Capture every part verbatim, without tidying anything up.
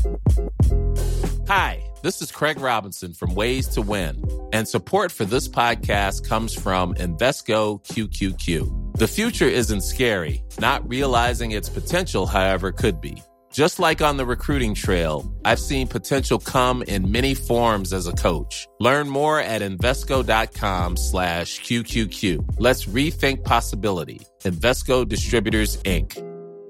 Hi, this is Craig Robinson from Ways to Win, and support for this podcast comes from Invesco Q Q Q. The future isn't scary. Not realizing its potential, however, could be. Just like on the recruiting trail, I've seen potential come in many forms as a coach. Learn more at Invesco.com slash QQQ. Let's rethink possibility. Invesco Distributors, Incorporated.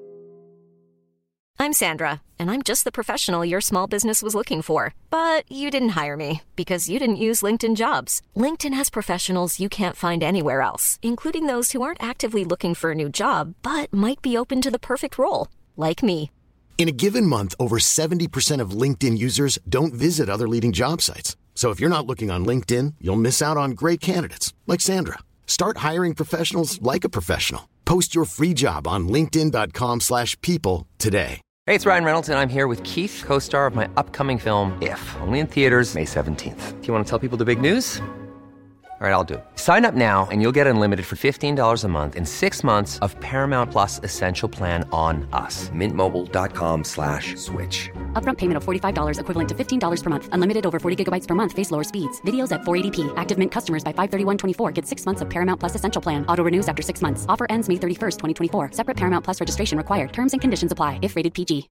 I'm Sandra, and I'm just the professional your small business was looking for. But you didn't hire me because you didn't use LinkedIn Jobs. LinkedIn has professionals you can't find anywhere else, including those who aren't actively looking for a new job, but might be open to the perfect role, like me. In a given month, over seventy percent of LinkedIn users don't visit other leading job sites. So if you're not looking on LinkedIn, you'll miss out on great candidates like Sandra. Start hiring professionals like a professional. Post your free job on linkedin.com slash people today. Hey, it's Ryan Reynolds, and I'm here with Keith, co-star of my upcoming film, If, only in theaters May seventeenth. Do you want to tell people the big news? All right, I'll do it. Sign up now and you'll get unlimited for fifteen dollars a month and six months of Paramount Plus Essential Plan on us. Mintmobile.com slash switch. Upfront payment of forty-five dollars equivalent to fifteen dollars per month. Unlimited over forty gigabytes per month. Face lower speeds. Videos at four eighty p. Active Mint customers by five thirty-one twenty-four get six months of Paramount Plus Essential Plan. Auto renews after six months. Offer ends May thirty-first, twenty twenty-four. Separate Paramount Plus registration required. Terms and conditions apply if rated P G.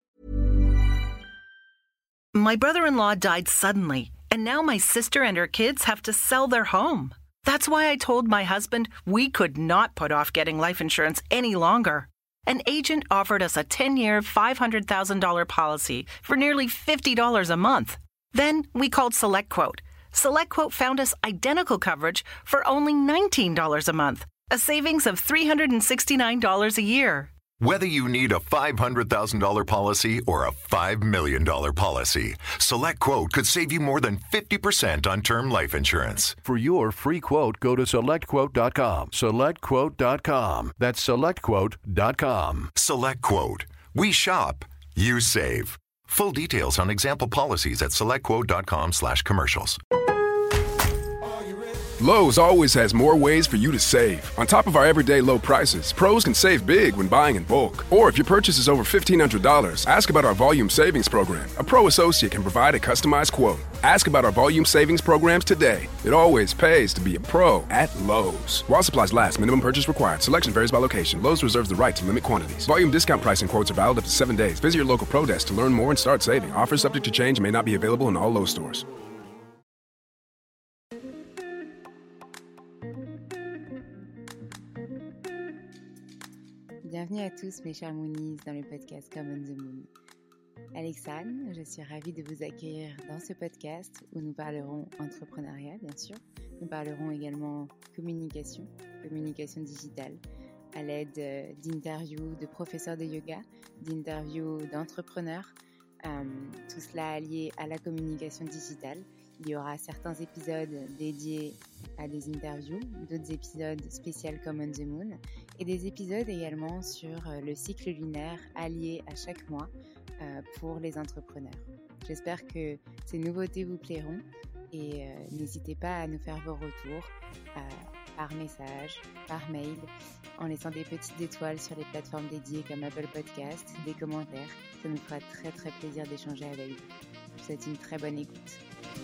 My brother-in-law died suddenly, and now my sister and her kids have to sell their home. That's why I told my husband we could not put off getting life insurance any longer. An agent offered us a ten-year, five hundred thousand dollars policy for nearly fifty dollars a month. Then we called SelectQuote. SelectQuote found us identical coverage for only nineteen dollars a month, a savings of three hundred sixty-nine dollars a year. Whether you need a five hundred thousand dollars policy or a five million dollars policy, SelectQuote could save you more than fifty percent on term life insurance. For your free quote, go to select quote dot com. select quote dot com. That's select quote dot com. SelectQuote. We shop, you save. Full details on example policies at selectquote.com slash commercials. Lowe's always has more ways for you to save. On top of our everyday low prices, pros can save big when buying in bulk. Or if your purchase is over fifteen hundred dollars, ask about our Volume Savings Program. A pro associate can provide a customized quote. Ask about our Volume Savings Programs today. It always pays to be a pro at Lowe's. While supplies last, minimum purchase required. Selection varies by location. Lowe's reserves the right to limit quantities. Volume discount pricing quotes are valid up to seven days. Visit your local pro desk to learn more and start saving. Offers subject to change and may not be available in all Lowe's stores. Bienvenue à tous mes chers Moonies dans le podcast Common the Moon. Alexandre, je suis ravie de vous accueillir dans ce podcast où nous parlerons entrepreneuriat bien sûr. Nous parlerons également communication, communication digitale à l'aide d'interviews de professeurs de yoga, d'interviews d'entrepreneurs, euh, tout cela allié à la communication digitale. Il y aura certains épisodes dédiés à des interviews, d'autres épisodes spéciaux comme On the Moon et des épisodes également sur le cycle lunaire allié à chaque mois euh, pour les entrepreneurs. J'espère que ces nouveautés vous plairont et euh, n'hésitez pas à nous faire vos retours euh, par message, par mail, en laissant des petites étoiles sur les plateformes dédiées comme Apple Podcast, des commentaires. Ça nous fera très très plaisir d'échanger avec vous. Je vous souhaite une très bonne écoute.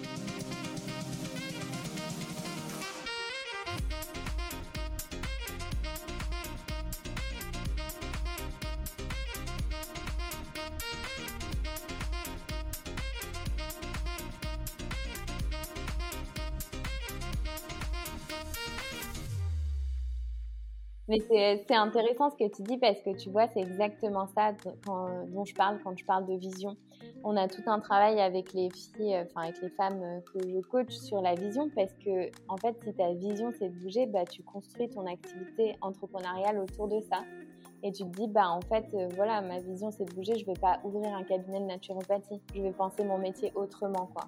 Mais c'est, c'est intéressant ce que tu dis parce que tu vois, c'est exactement ça quand, dont je parle quand je parle de vision. On a tout un travail avec les filles, enfin avec les femmes que je coach sur la vision parce que en fait, si ta vision c'est de bouger, bah tu construis ton activité entrepreneuriale autour de ça. Et tu te dis, bah en fait, euh, voilà, ma vision c'est de bouger, je vais pas ouvrir un cabinet de naturopathie, je vais penser mon métier autrement, quoi.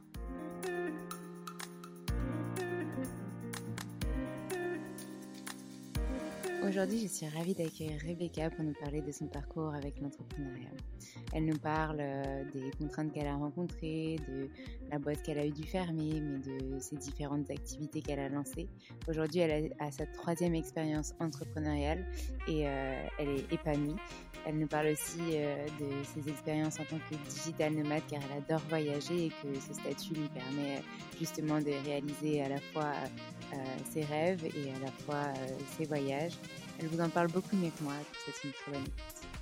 Aujourd'hui, je suis ravie d'accueillir Rebecca pour nous parler de son parcours avec l'entrepreneuriat. Elle nous parle euh, des contraintes qu'elle a rencontrées, de la boîte qu'elle a eu dû fermer, mais de ses différentes activités qu'elle a lancées. Aujourd'hui, elle a, a sa troisième expérience entrepreneuriale et euh, elle est épanouie. Elle nous parle aussi euh, de ses expériences en tant que digital nomade car elle adore voyager et que ce statut lui permet justement de réaliser à la fois euh, ses rêves et à la fois euh, ses voyages. Elle vous en parle beaucoup mieux que moi, c'est une très bonne écoute.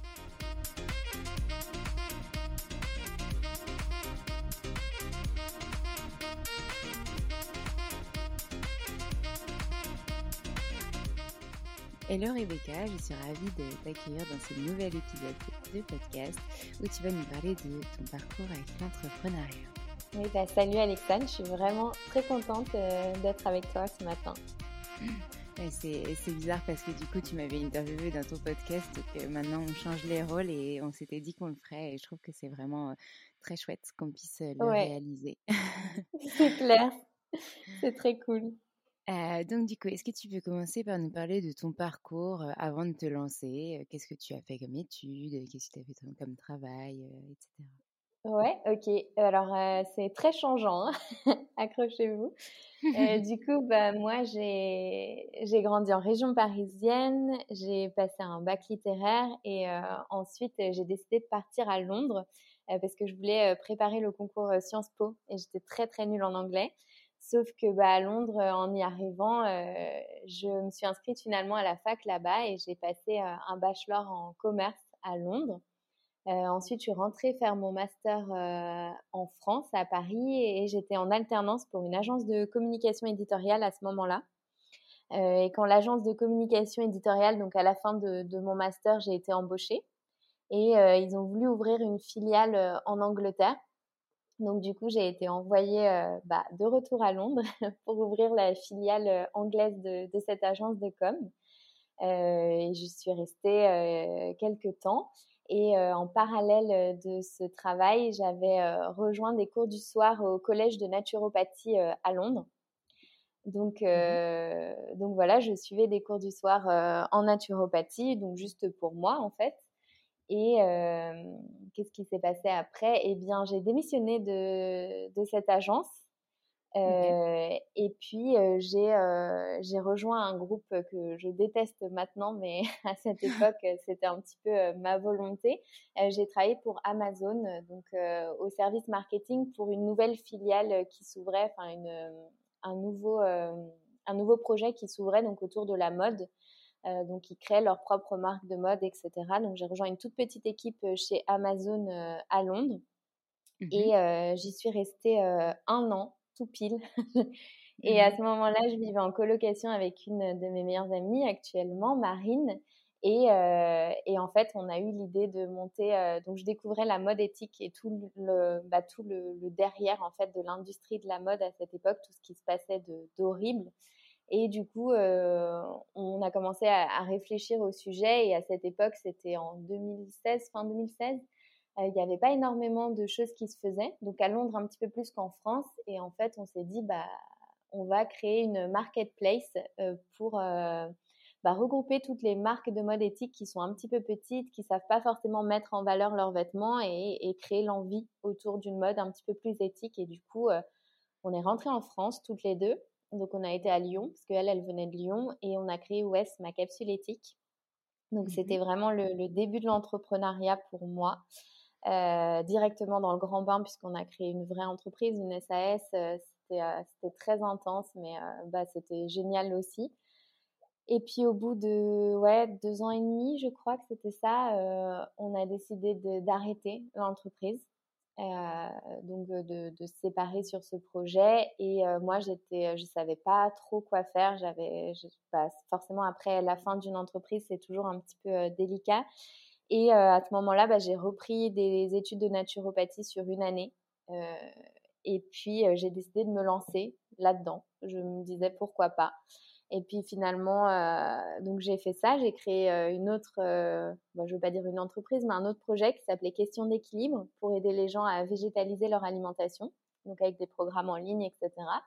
Hello Rebecca, je suis ravie de t'accueillir dans ce nouvel épisode de podcast où tu vas nous parler de ton parcours avec l'entrepreneuriat. Oui, bah, salut Alexandre, je suis vraiment très contente euh, d'être avec toi ce matin. Ouais, c'est, c'est bizarre parce que du coup tu m'avais interviewé dans ton podcast et que maintenant on change les rôles et on s'était dit qu'on le ferait et je trouve que c'est vraiment euh, très chouette qu'on puisse le ouais. réaliser. C'est clair, c'est très cool. Euh, donc du coup, est-ce que tu peux commencer par nous parler de ton parcours euh, avant de te lancer? euh, Qu'est-ce que tu as fait comme études? Qu'est-ce que tu as fait comme travail, euh, et cetera. Ouais, ok. Alors, euh, c'est très changeant, hein. Accrochez-vous. Euh, du coup, bah, moi, j'ai, j'ai grandi en région parisienne, j'ai passé un bac littéraire et euh, ensuite, j'ai décidé de partir à Londres euh, parce que je voulais euh, préparer le concours euh, Sciences Po et j'étais très, très nulle en anglais. Sauf que bah, à Londres, en y arrivant, euh, je me suis inscrite finalement à la fac là-bas et j'ai passé euh, un bachelor en commerce à Londres. Euh, ensuite, je suis rentrée faire mon master euh, en France, à Paris, et j'étais en alternance pour une agence de communication éditoriale à ce moment-là. Euh, et quand l'agence de communication éditoriale, donc à la fin de, de mon master, j'ai été embauchée. Et euh, ils ont voulu ouvrir une filiale euh, en Angleterre. Donc du coup, j'ai été envoyée euh, bah, de retour à Londres pour ouvrir la filiale euh, anglaise de, de cette agence de com. Euh, et je suis restée euh, quelques temps. Et euh, en parallèle de ce travail, j'avais euh, rejoint des cours du soir au collège de naturopathie euh, à Londres. Donc, euh, mmh. donc voilà, je suivais des cours du soir euh, en naturopathie, donc juste pour moi en fait. Et euh, qu'est-ce qui s'est passé après? Eh bien, j'ai démissionné de, de cette agence. Euh, okay. Et puis, euh, j'ai, euh, j'ai rejoint un groupe que je déteste maintenant, mais à cette époque, c'était un petit peu euh, ma volonté. Euh, j'ai travaillé pour Amazon, donc euh, au service marketing pour une nouvelle filiale qui s'ouvrait, enfin une, un, nouveau, euh, un nouveau projet qui s'ouvrait donc autour de la mode. Euh, donc, ils créent leur propre marque de mode, et cetera. Donc, j'ai rejoint une toute petite équipe chez Amazon euh, à Londres. Mmh. Et euh, j'y suis restée euh, un an, tout pile. Et mmh. à ce moment-là, je vivais en colocation avec une de mes meilleures amies actuellement, Marine. Et, euh, et en fait, on a eu l'idée de monter... Euh, donc, je découvrais la mode éthique et tout le, bah, tout le, le derrière, en fait, de l'industrie de la mode à cette époque, tout ce qui se passait de, d'horrible. Et du coup, euh, on a commencé à, à réfléchir au sujet. Et à cette époque, c'était en deux mille seize, fin deux mille seize, euh, il n'y avait pas énormément de choses qui se faisaient. Donc à Londres, un petit peu plus qu'en France. Et en fait, on s'est dit, bah, on va créer une marketplace euh, pour euh, bah, regrouper toutes les marques de mode éthique qui sont un petit peu petites, qui ne savent pas forcément mettre en valeur leurs vêtements et, et créer l'envie autour d'une mode un petit peu plus éthique. Et du coup, euh, on est rentrés en France toutes les deux. Donc, on a été à Lyon, parce qu'elle, elle venait de Lyon, et on a créé Wes, ma capsule éthique. Donc, mmh. c'était vraiment le, le début de l'entrepreneuriat pour moi, euh, directement dans le grand bain, puisqu'on a créé une vraie entreprise, une S A S. Euh, c'était, euh, c'était très intense, mais euh, bah, c'était génial aussi. Et puis, au bout de ouais, deux ans et demi, je crois que c'était ça, euh, on a décidé de, d'arrêter l'entreprise. Euh, donc de, de se séparer sur ce projet et euh, moi j'étais je savais pas trop quoi faire. J'avais je, bah, forcément après la fin d'une entreprise c'est toujours un petit peu euh, délicat et euh, à ce moment-là bah, j'ai repris des études de naturopathie sur une année euh, et puis euh, j'ai décidé de me lancer là-dedans. Je me disais pourquoi pas. Et puis finalement, euh, donc j'ai fait ça, j'ai créé euh, une autre, euh, bon, je ne veux pas dire une entreprise, mais un autre projet qui s'appelait Question d'équilibre pour aider les gens à végétaliser leur alimentation, donc avec des programmes en ligne, et cetera.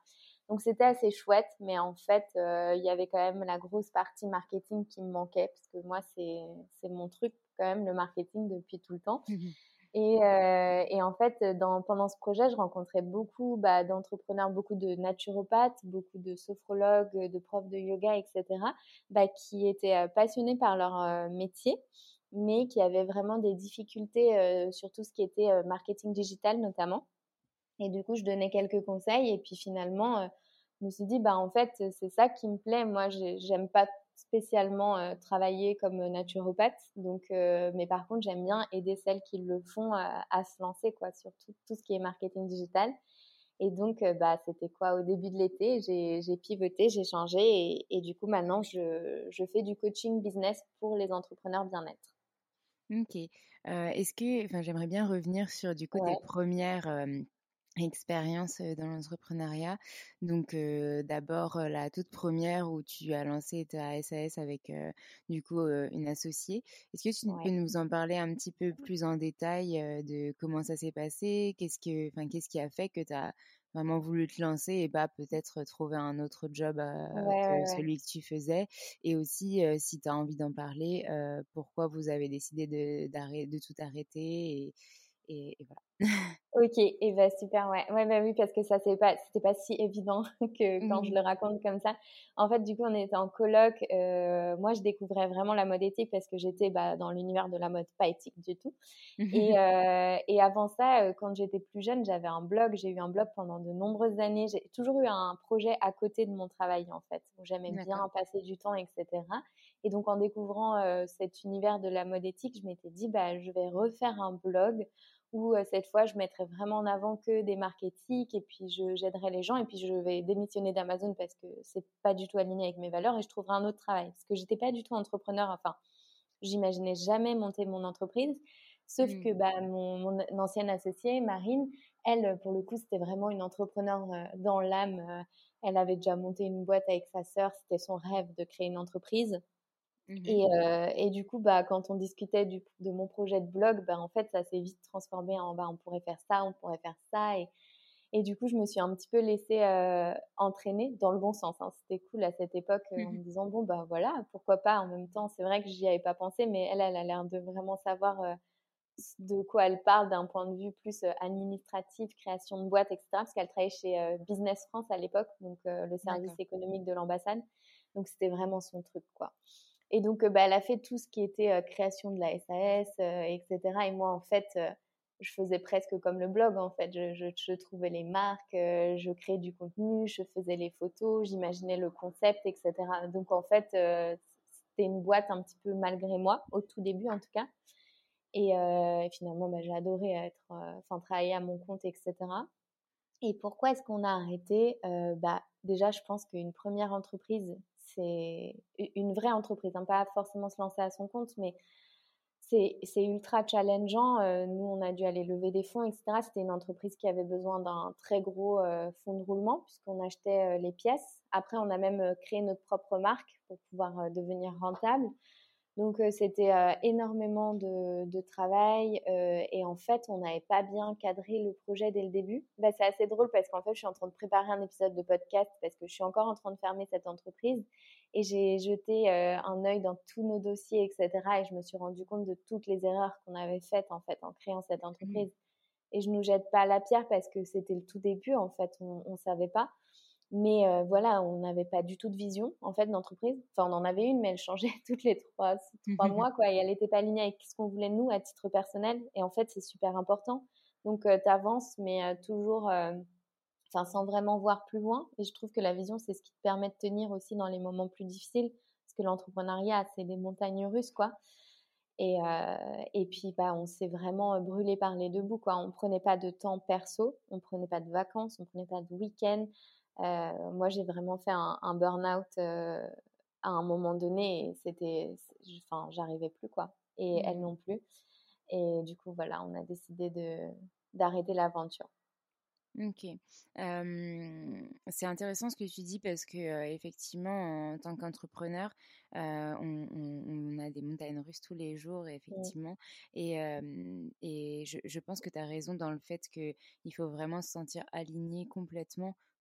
Donc, c'était assez chouette, mais en fait, euh, il y avait quand même la grosse partie marketing qui me manquait, parce que moi, c'est, c'est mon truc quand même, le marketing depuis tout le temps. Mmh. Et, euh, et en fait, dans, pendant ce projet, je rencontrais beaucoup bah, d'entrepreneurs, beaucoup de naturopathes, beaucoup de sophrologues, de profs de yoga, et cetera, bah, qui étaient euh, passionnés par leur euh, métier, mais qui avaient vraiment des difficultés euh, sur tout ce qui était euh, marketing digital notamment. Et du coup, je donnais quelques conseils. Et puis finalement, euh, je me suis dit, bah, en fait, c'est ça qui me plaît. Moi, j'ai, j'aime pas spécialement euh, travailler comme naturopathe. Donc, euh, mais par contre, j'aime bien aider celles qui le font à, à se lancer, quoi, sur tout, tout ce qui est marketing digital. Et donc, euh, bah, c'était quoi au début de l'été, j'ai, j'ai pivoté, j'ai changé. Et, et du coup, maintenant, je, je fais du coaching business pour les entrepreneurs bien-être. OK. Heu, est-ce que enfin, j'aimerais bien revenir sur, du coup, tes Ouais, premières res expériences, heu, dans l'entrepreneuriat. Donc, heu, d'abord, heu, la toute première où tu as lancé ta S A S avec, heu, du coup, heu, une associée. Est-ce que tu peux ouais. nous en parler un petit peu plus en détail, heu, de comment ça s'est passé? Qu'est-ce que enfin, qu'est-ce qui a fait que tu as vraiment voulu te lancer et pas peut-être trouver un autre job, heu, Ouais, ouais, que ouais. celui que tu faisais? Et aussi, heu, si tu as envie d'en parler, heu, pourquoi vous avez décidé de d'arrê de tout arrêter et et et voilà. OK et bah, super, ouais. Ouais, bah, oui, parce que ça c'est pas c'était pas si évident que quand je Mmh. le raconte comme ça. En fait, du coup, on était en coloc, heu, moi, je découvrais vraiment la mode éthique parce que j'étais, bah, dans l'univers de la mode pas éthique du tout et heu et avant ça, heu, quand j'étais plus jeune, j'avais un blog. J'ai eu un blog pendant de nombreuses années. J'ai toujours eu un projet à côté de mon travail, en fait, où j'aimais D'accord. bien passer du temps et cetera et donc en découvrant, heu, cet univers de la mode éthique, je m'étais dit: «Bah, je vais refaire un blog où euh, cette fois je mettrai vraiment en avant que des marques éthiques et puis je j'aiderai les gens et puis je vais démissionner d'Amazon parce que c'est pas du tout aligné avec mes valeurs et je trouverai un autre travail parce que j'étais pas du tout entrepreneur, enfin j'imaginais jamais monter mon entreprise, sauf Mmh. que bah mon, mon ancienne associée Marine, elle pour le coup c'était vraiment une entrepreneure euh, dans l'âme, euh, elle avait déjà monté une boîte avec sa sœur, c'était son rêve de créer une entreprise. Mmh. Et, euh, et du coup, bah, quand on discutait du, de mon projet de blog, bah, en fait, ça s'est vite transformé en bah, on pourrait faire ça, on pourrait faire ça. Et, et du coup, je me suis un petit peu laissée euh, entraîner dans le bon sens. Hein. C'était cool à cette époque euh, en me disant, bon, bah voilà, pourquoi pas. En même temps, c'est vrai que j'y avais pas pensé, mais elle, elle a l'air de vraiment savoir euh, de quoi elle parle d'un point de vue plus euh, administratif, création de boîte, et cetera. Parce qu'elle travaillait chez euh, Business France à l'époque, donc euh, le service D'accord. économique de l'ambassade. Donc, c'était vraiment son truc, quoi. Et donc, euh, bah, elle a fait tout ce qui était euh, création de la S A S, euh, et cetera. Et moi, en fait, euh, je faisais presque comme le blog, en fait. Je, je, je trouvais les marques, euh, je créais du contenu, je faisais les photos, j'imaginais le concept, et cetera. Donc, en fait, euh, c'était une boîte un petit peu malgré moi, au tout début en tout cas. Et, euh, et finalement, bah, j'ai adoré être, euh, enfin, travailler à mon compte, et cetera. Et pourquoi est-ce qu'on a arrêté euh, bah, déjà, je pense qu'une première entreprise, c'est une vraie entreprise, hein, pas forcément se lancer à son compte, mais c'est, c'est ultra challengeant. Euh, nous, on a dû aller lever des fonds, et cetera. C'était une entreprise qui avait besoin d'un très gros euh, fonds de roulement puisqu'on achetait euh, les pièces. Après, on a même euh, créé notre propre marque pour pouvoir euh, devenir rentable. Donc, euh, c'était euh, énormément de, de travail euh, et en fait, on n'avait pas bien cadré le projet dès le début. Bah, c'est assez drôle parce qu'en fait, je suis en train de préparer un épisode de podcast parce que je suis encore en train de fermer cette entreprise et j'ai jeté euh, un œil dans tous nos dossiers, et cetera. Et je me suis rendu compte de toutes les erreurs qu'on avait faites en fait en créant cette Mmh. entreprise. Et je nous jette pas la pierre parce que c'était le tout début en fait, on, on savait pas. Mais euh, voilà, on n'avait pas du tout de vision en fait d'entreprise. Enfin, on en avait une, mais elle changeait toutes les trois, trois mois, quoi. Et elle n'était pas alignée avec ce qu'on voulait de nous à titre personnel. Et en fait, c'est super important. Donc, euh, tu avances, mais euh, toujours, euh, enfin, sans vraiment voir plus loin. Et je trouve que la vision, c'est ce qui te permet de tenir aussi dans les moments plus difficiles. Parce que l'entrepreneuriat, c'est des montagnes russes, quoi. Et, euh, et puis, bah, on s'est vraiment brûlé par les deux bouts, quoi. On prenait pas de temps perso, on prenait pas de vacances, on prenait pas de week-end. Euh, moi, j'ai vraiment fait un, un burn-out euh, à un moment donné et c'était, enfin, j'arrivais plus, quoi. Et elle Mmh. non plus. Et du coup, voilà, on a décidé de d'arrêter l'aventure. OK. Hem, c'est intéressant ce que tu dis parce que, heu, effectivement, en tant qu'entrepreneur, heu, on on on a des montagnes russes tous les jours, Mm. effectivement et hem et je je pense que tu as raison dans le fait qu'il faut vraiment se sentir aligné complètement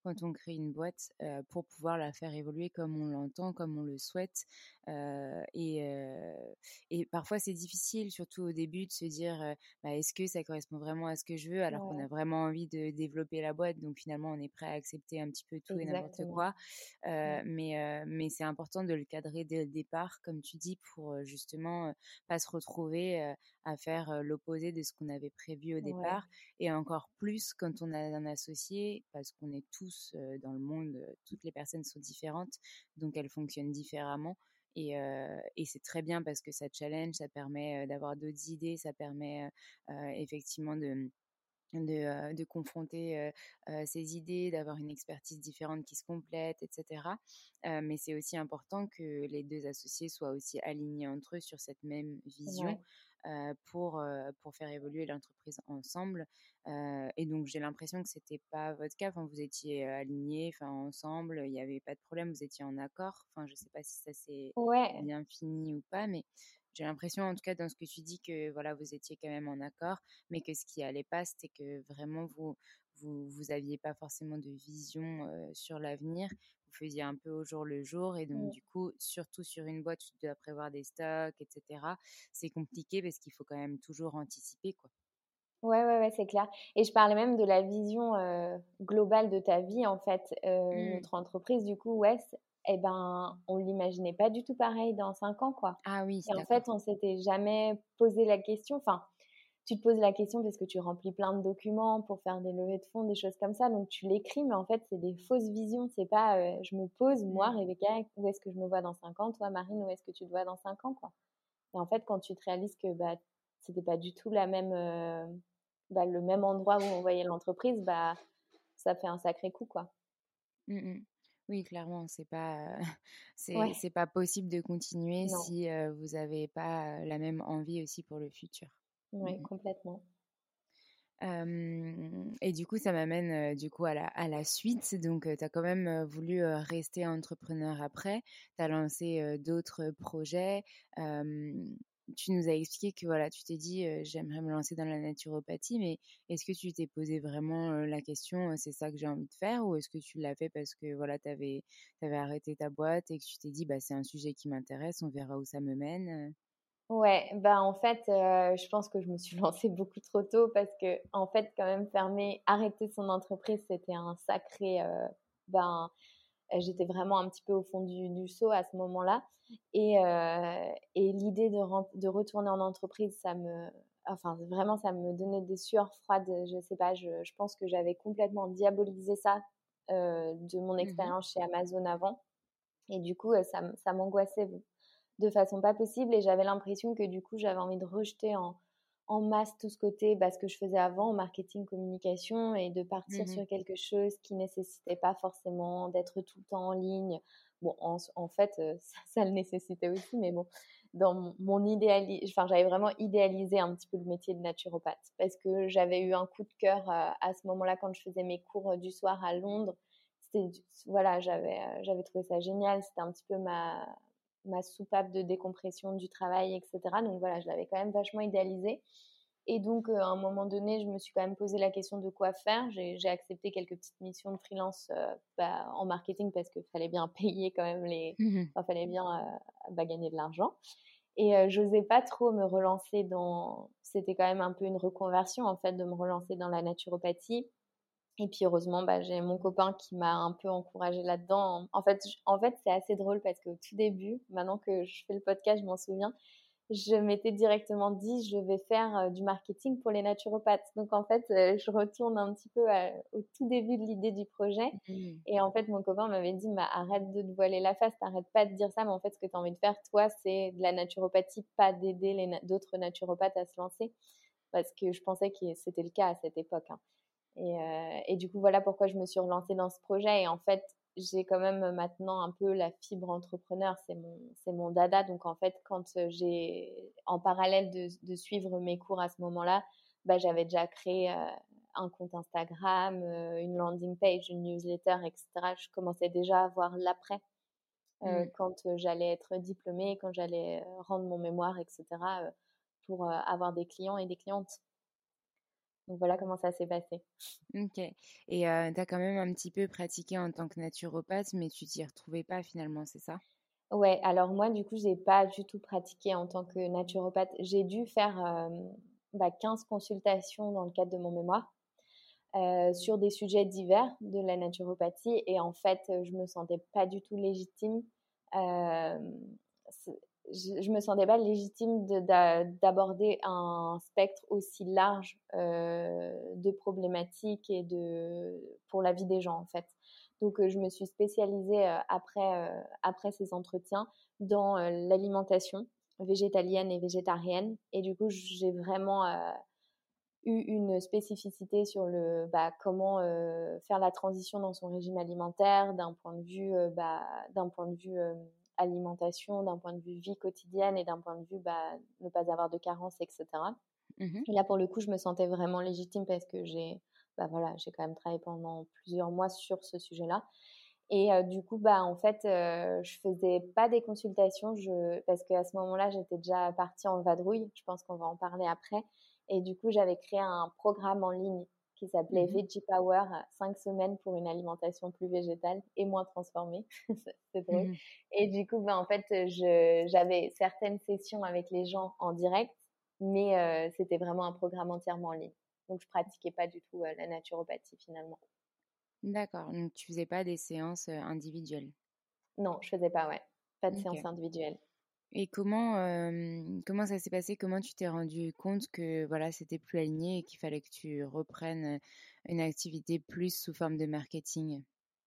quand on crée une boîte euh, pour pouvoir la faire évoluer comme on l'entend, comme on le souhaite. Euh, et, euh, et parfois, c'est difficile, surtout au début, de se dire euh, bah, est-ce que ça correspond vraiment à ce que je veux, alors ouais. qu'on a vraiment envie de développer la boîte. Donc finalement, on est prêt à accepter un petit peu tout Exactement. et n'importe quoi. Euh, ouais. mais, euh, mais c'est important de le cadrer dès le départ, comme tu dis, pour euh, justement euh, pas se retrouver euh, à faire euh, l'opposé de ce qu'on avait prévu au départ. Ouais. Et encore plus quand on a un associé, parce qu'on est tous euh, dans le monde, euh, toutes les personnes sont différentes, donc elles fonctionnent différemment. Et, euh, et c'est très bien parce que ça challenge, ça permet euh, d'avoir d'autres idées, ça permet euh, effectivement de... De, euh, de confronter euh, euh, ses idées, d'avoir une expertise différente qui se complète, et cetera. Euh, mais c'est aussi important que les deux associés soient aussi alignés entre eux sur cette même vision ouais. euh, pour, euh, pour faire évoluer l'entreprise ensemble. Euh, et donc, j'ai l'impression que ce n'était pas votre cas. Enfin, vous étiez alignés ensemble, il n'y avait pas de problème, vous étiez en accord. Enfin, je ne sais pas si ça s'est ouais. bien fini ou pas, mais... J'ai l'impression, en tout cas, dans ce que tu dis, que voilà, vous étiez quand même en accord, mais que ce qui allait pas, c'était que vraiment vous vous vous aviez pas forcément de vision euh, sur l'avenir. Vous faisiez un peu au jour le jour, et donc mmh. du coup, surtout sur une boîte, tu dois prévoir des stocks, et cetera. C'est compliqué parce qu'il faut quand même toujours anticiper, quoi. Ouais, ouais, ouais, c'est clair. Et je parlais même de la vision euh, globale de ta vie, en fait. Euh, mmh. Notre entreprise, du coup, ouais. Eh ben, on l'imaginait pas du tout pareil dans cinq ans, quoi. Ah oui, et en fait, on s'était jamais posé la question. Enfin, tu te poses la question parce que tu remplis plein de documents pour faire des levées de fonds, des choses comme ça. Donc, tu l'écris, mais en fait, c'est des fausses visions. C'est pas, euh, je me pose, moi, Rebecca, où est-ce que je me vois dans cinq ans? Toi, Marine, où est-ce que tu te vois dans cinq ans, quoi. Et en fait, quand tu te réalises que, bah, c'était pas du tout la même, euh, bah, le même endroit où on voyait l'entreprise, bah, ça fait un sacré coup, quoi. Mmh-mmh. Oui, clairement, c'est pas, euh, c'est, Ouais. c'est pas possible de continuer Non. si euh, vous n'avez pas la même envie aussi pour le futur. Oui, mmh. complètement. Euh, et du coup, ça m'amène euh, du coup à la, à la suite. Donc, euh, tu as quand même euh, voulu euh, rester entrepreneur après. Tu as lancé euh, d'autres projets. Euh, tu nous as expliqué que voilà, tu t'es dit euh, j'aimerais me lancer dans la naturopathie, mais est-ce que tu t'es posé vraiment euh, la question euh, c'est ça que j'ai envie de faire, ou est-ce que tu l'as fait parce que voilà, tu avais arrêté ta boîte et que tu t'es dit bah, c'est un sujet qui m'intéresse, on verra où ça me mène? Ouais, bah en fait, euh, je pense que je me suis lancée beaucoup trop tôt parce que en fait, quand même, fermer, arrêter son entreprise, c'était un sacré. Euh, ben, j'étais vraiment un petit peu au fond du, du seau à ce moment-là, et euh, et l'idée de de retourner en entreprise, ça me, enfin vraiment, ça me donnait des sueurs froides. Je sais pas, je, je pense que j'avais complètement diabolisé ça euh, de mon expérience mmh. chez Amazon avant, et du coup, ça, ça m'angoissait de façon pas possible, et j'avais l'impression que du coup j'avais envie de rejeter en, en masse tout ce côté, bah, ce que je faisais avant en marketing communication, et de partir mmh. sur quelque chose qui nécessitait pas forcément d'être tout le temps en ligne. Bon, en, en fait ça, ça le nécessitait aussi, mais bon, dans mon, mon idéali... enfin, j'avais vraiment idéalisé un petit peu le métier de naturopathe parce que j'avais eu un coup de cœur à, à ce moment-là quand je faisais mes cours du soir à Londres. C'était, voilà, j'avais, j'avais trouvé ça génial, c'était un petit peu ma ma soupape de décompression du travail, et cetera. Donc voilà, je l'avais quand même vachement idéalisé. Et donc, euh, à un moment donné, je me suis quand même posé la question de quoi faire. J'ai, j'ai accepté quelques petites missions de freelance euh, bah, en marketing parce qu'il fallait bien payer quand même les... Mmh. Enfin, fallait bien euh, bah, gagner de l'argent. Et euh, j'osais pas trop me relancer dans... C'était quand même un peu une reconversion, en fait, de me relancer dans la naturopathie. Et puis heureusement, bah, j'ai mon copain qui m'a un peu encouragée là-dedans. En fait, je, en fait, c'est assez drôle parce qu'au tout début, maintenant que je fais le podcast, je m'en souviens, je m'étais directement dit, je vais faire euh, du marketing pour les naturopathes. Donc en fait, euh, je retourne un petit peu à, au tout début de l'idée du projet. Mmh. Et en fait, mon copain m'avait dit, bah, arrête de te voiler la face, t'arrêtes pas de dire ça, mais en fait, ce que tu as envie de faire, toi, c'est de la naturopathie, pas d'aider les na- d'autres naturopathes à se lancer. Parce que je pensais que c'était le cas à cette époque, hein. Et, euh, et du coup, voilà pourquoi je me suis relancée dans ce projet. Et en fait, j'ai quand même maintenant un peu la fibre entrepreneur. C'est mon, c'est mon dada. Donc, en fait, quand j'ai, en parallèle de, de suivre mes cours à ce moment-là, bah, j'avais déjà créé euh, un compte Instagram, euh, une landing page, une newsletter, et cetera. Je commençais déjà à voir l'après euh, mmh. quand j'allais être diplômée, quand j'allais rendre mon mémoire, et cetera, euh, pour euh, avoir des clients et des clientes. Donc voilà comment ça s'est passé. Ok. Et euh, tu as quand même un petit peu pratiqué en tant que naturopathe, mais tu t'y retrouvais pas finalement, c'est ça? Ouais, alors moi, du coup, j'ai pas du tout pratiqué en tant que naturopathe. J'ai dû faire euh, bah, quinze consultations dans le cadre de mon mémoire euh, sur des sujets divers de la naturopathie. Et en fait, je me sentais pas du tout légitime. Euh, je, je me sentais pas légitime de, d'a, d'aborder un spectre aussi large euh, de problématiques et de pour la vie des gens, en fait. Donc, euh, je me suis spécialisée euh, après, euh, après ces entretiens dans euh, l'alimentation végétalienne et végétarienne. Et du coup, j'ai vraiment euh, eu une spécificité sur le bah, comment euh, faire la transition dans son régime alimentaire, d'un point de vue, euh, bah, d'un point de vue euh, alimentation, d'un point de vue vie quotidienne et d'un point de vue bah, ne pas avoir de carence, et cetera. Mmh. Et là, pour le coup, je me sentais vraiment légitime parce que j'ai bah voilà, j'ai quand même travaillé pendant plusieurs mois sur ce sujet-là. Et euh, du coup, bah en fait, euh, je faisais pas des consultations, je, parce qu'à ce moment-là, j'étais déjà partie en vadrouille. Je pense qu'on va en parler après. Et du coup, j'avais créé un programme en ligne qui s'appelait mmh. Veggie Power, cinq semaines pour une alimentation plus végétale et moins transformée. C'est drôle. Mmh. Et du coup, bah en fait, je, j'avais certaines sessions avec les gens en direct, mais euh, c'était vraiment un programme entièrement en ligne. Donc, je pratiquais pas du tout euh, la naturopathie finalement. D'accord. Donc, tu faisais pas des séances euh, individuelles? Non, je faisais pas, ouais. Pas de okay. séance individuelle. Et comment, euh, comment ça s'est passé? Comment tu t'es rendu compte que voilà, c'était plus aligné et qu'il fallait que tu reprennes une activité plus sous forme de marketing?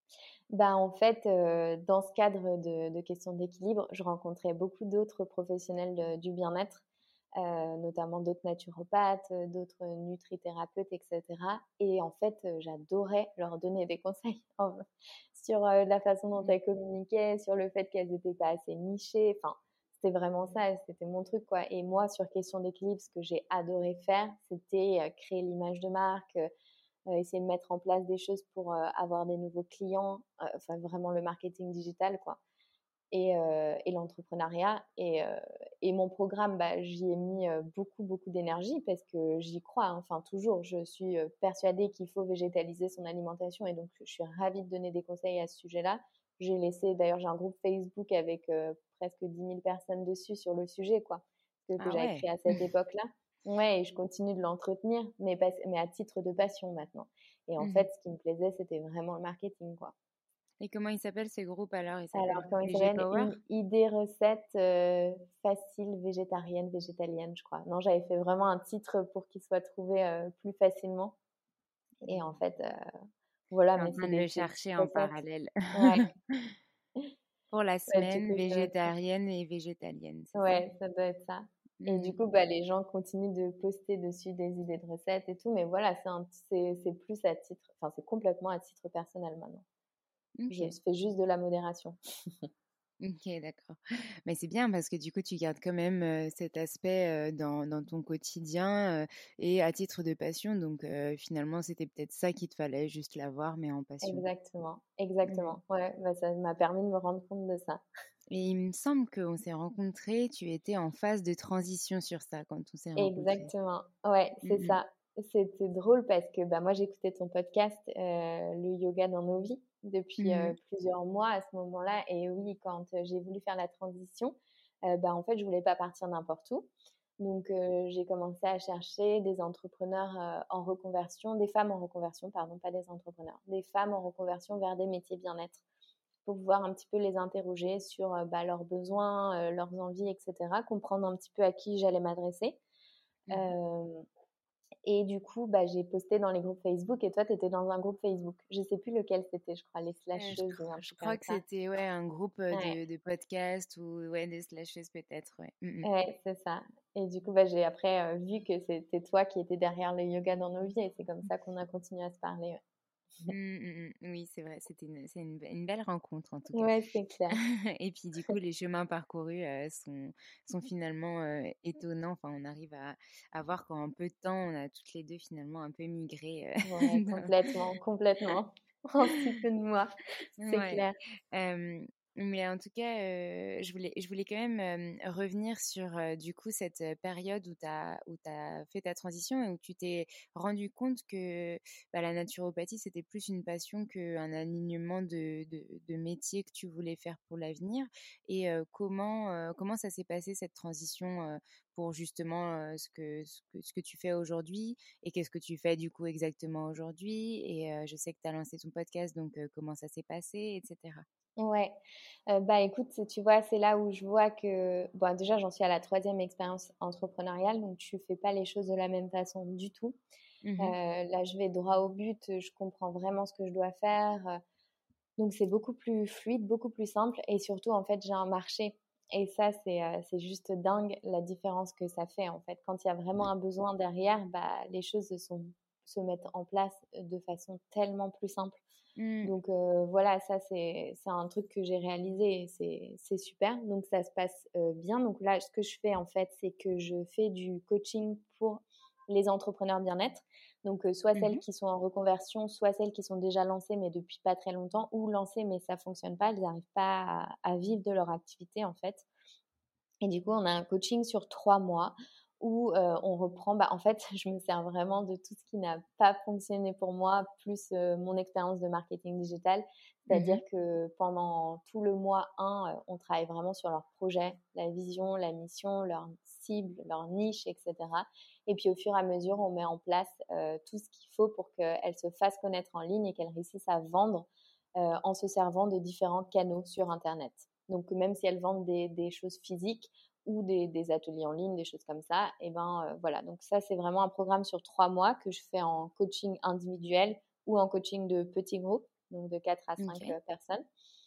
Bah, en fait, euh, dans ce cadre de, de questions d'équilibre, je rencontrais beaucoup d'autres professionnels de, du bien-être. Euh, notamment d'autres naturopathes, d'autres nutrithérapeutes, et cetera. Et en fait, euh, j'adorais leur donner des conseils sur euh, la façon dont elles communiquaient, sur le fait qu'elles n'étaient pas assez nichées. Enfin, c'était vraiment ça, c'était mon truc, quoi. Et moi, sur question d'équilibre, ce que j'ai adoré faire, c'était euh, créer l'image de marque, euh, essayer de mettre en place des choses pour euh, avoir des nouveaux clients, euh, enfin vraiment le marketing digital, quoi. Et, euh, et l'entrepreneuriat. Et, euh, et mon programme, bah, j'y ai mis euh, beaucoup, beaucoup d'énergie parce que j'y crois, hein, enfin toujours. Je suis euh, persuadée qu'il faut végétaliser son alimentation et donc je suis ravie de donner des conseils à ce sujet-là. J'ai laissé, d'ailleurs, j'ai un groupe Facebook avec euh, presque dix mille personnes dessus sur le sujet, quoi, que, que ah j'avais ouais. créé à cette époque-là. Ouais, et je continue de l'entretenir, mais, pas, mais à titre de passion maintenant. Et en mmh. fait, ce qui me plaisait, c'était vraiment le marketing, quoi. Et comment il s'appelle ce groupe alors? Il Alors, comment il s'appelle? Une idée recette euh, facile, végétarienne, végétalienne, je crois. Non, j'avais fait vraiment un titre pour qu'il soit trouvé euh, plus facilement. Et en fait, euh, voilà. Je suis mais en train c'est de des le chercher en parallèle. Ouais. Pour la semaine ouais, coup, végétarienne et végétalienne. Ouais, ça? ça doit être ça. Mmh. Et du coup, bah, les gens continuent de poster dessus des idées de recettes et tout. Mais voilà, c'est, un, c'est, c'est plus à titre, enfin, c'est complètement à titre personnel maintenant. Okay. Je fais juste de la modération. Ok, d'accord. Mais c'est bien parce que du coup, tu gardes quand même euh, cet aspect euh, dans, dans ton quotidien euh, et à titre de passion. Donc, euh, finalement, c'était peut-être ça qu'il te fallait, juste l'avoir, mais en passion. Exactement, exactement. Mmh. Ouais, bah, ça m'a permis de me rendre compte de ça. Et il me semble qu'on s'est rencontrés, tu étais en phase de transition sur ça quand on s'est rencontrés. Exactement, ouais, c'est mmh. ça. C'était drôle parce que bah, moi, j'écoutais ton podcast, euh, Le yoga dans nos vies, depuis mmh. euh, plusieurs mois à ce moment-là. Et oui, quand euh, j'ai voulu faire la transition, euh, bah, en fait, je voulais pas partir n'importe où. Donc, euh, j'ai commencé à chercher des entrepreneurs euh, en reconversion, des femmes en reconversion, pardon, pas des entrepreneurs, des femmes en reconversion vers des métiers bien-être, pour pouvoir un petit peu les interroger sur euh, bah, leurs besoins, euh, leurs envies, et cetera, comprendre un petit peu à qui j'allais m'adresser. Mmh. Euh, Et du coup, bah, j'ai posté dans les groupes Facebook et toi, tu étais dans un groupe Facebook. Je sais plus lequel c'était, je crois, les slasheuses. Euh, je crois, je crois que ça. C'était ouais, un groupe ouais. de, de podcasts ou ouais, des slasheuses peut-être. Ouais, mmh. ouais c'est ça. Et du coup, bah, j'ai après euh, vu que c'était toi qui étais derrière le yoga dans nos vies et c'est comme ça qu'on a continué à se parler. Ouais. Mmh, mmh, oui, c'est vrai, c'était une, c'est une, une belle rencontre en tout cas. Ouais, c'est clair. Et puis du coup, les chemins parcourus euh, sont, sont finalement euh, étonnants. Enfin, on arrive à, à voir qu'en un peu de temps, on a toutes les deux finalement un peu migré. Euh, ouais, complètement, complètement. En si peu de mois, c'est ouais. clair. Euh, Mais en tout cas, euh, je voulais, je voulais quand même euh, revenir sur euh, du coup cette période où tu as où t'as fait ta transition et où tu t'es rendu compte que bah, la naturopathie, c'était plus une passion qu'un alignement de, de, de métier que tu voulais faire pour l'avenir. Et euh, comment, euh, comment ça s'est passé cette transition euh, pour justement euh, ce que, ce que, ce que tu fais aujourd'hui et qu'est-ce que tu fais du coup exactement aujourd'hui? Et euh, je sais que tu as lancé ton podcast, donc euh, comment ça s'est passé, et cetera. Ouais, euh, bah écoute, tu vois, c'est là où je vois que, bon, déjà, j'en suis à la troisième expérience entrepreneuriale, donc tu fais pas les choses de la même façon du tout. Mmh. Euh, là, je vais droit au but, je comprends vraiment ce que je dois faire, euh, donc c'est beaucoup plus fluide, beaucoup plus simple, et surtout, en fait, j'ai un marché, et ça, c'est euh, c'est juste dingue la différence que ça fait, en fait. Quand il y a vraiment un besoin derrière, bah les choses se sont, se mettent en place de façon tellement plus simple. Mmh. Donc euh, voilà, ça c'est c'est un truc que j'ai réalisé et c'est c'est super. Donc ça se passe euh, bien. Donc là, ce que je fais en fait, c'est que je fais du coaching pour les entrepreneurs bien-être. Donc euh, soit celles Mmh. qui sont en reconversion, soit celles qui sont déjà lancées mais depuis pas très longtemps, ou lancées mais ça fonctionne pas, elles n'arrivent pas à, à vivre de leur activité en fait. Et du coup, on a un coaching sur trois mois où euh, on reprend, bah, en fait, je me sers vraiment de tout ce qui n'a pas fonctionné pour moi, plus euh, mon expérience de marketing digital. C'est-à-dire Mmh. que pendant tout le mois un, euh, on travaille vraiment sur leur projet, la vision, la mission, leur cible, leur niche, et cetera. Et puis au fur et à mesure, on met en place euh, tout ce qu'il faut pour qu'elles se fassent connaître en ligne et qu'elles réussissent à vendre euh, en se servant de différents canaux sur Internet. Donc, même si elles vendent des, des choses physiques ou des, des ateliers en ligne, des choses comme ça, et ben euh, voilà. Donc, ça, c'est vraiment un programme sur trois mois que je fais en coaching individuel ou en coaching de petits groupes, donc de quatre à cinq OK. personnes.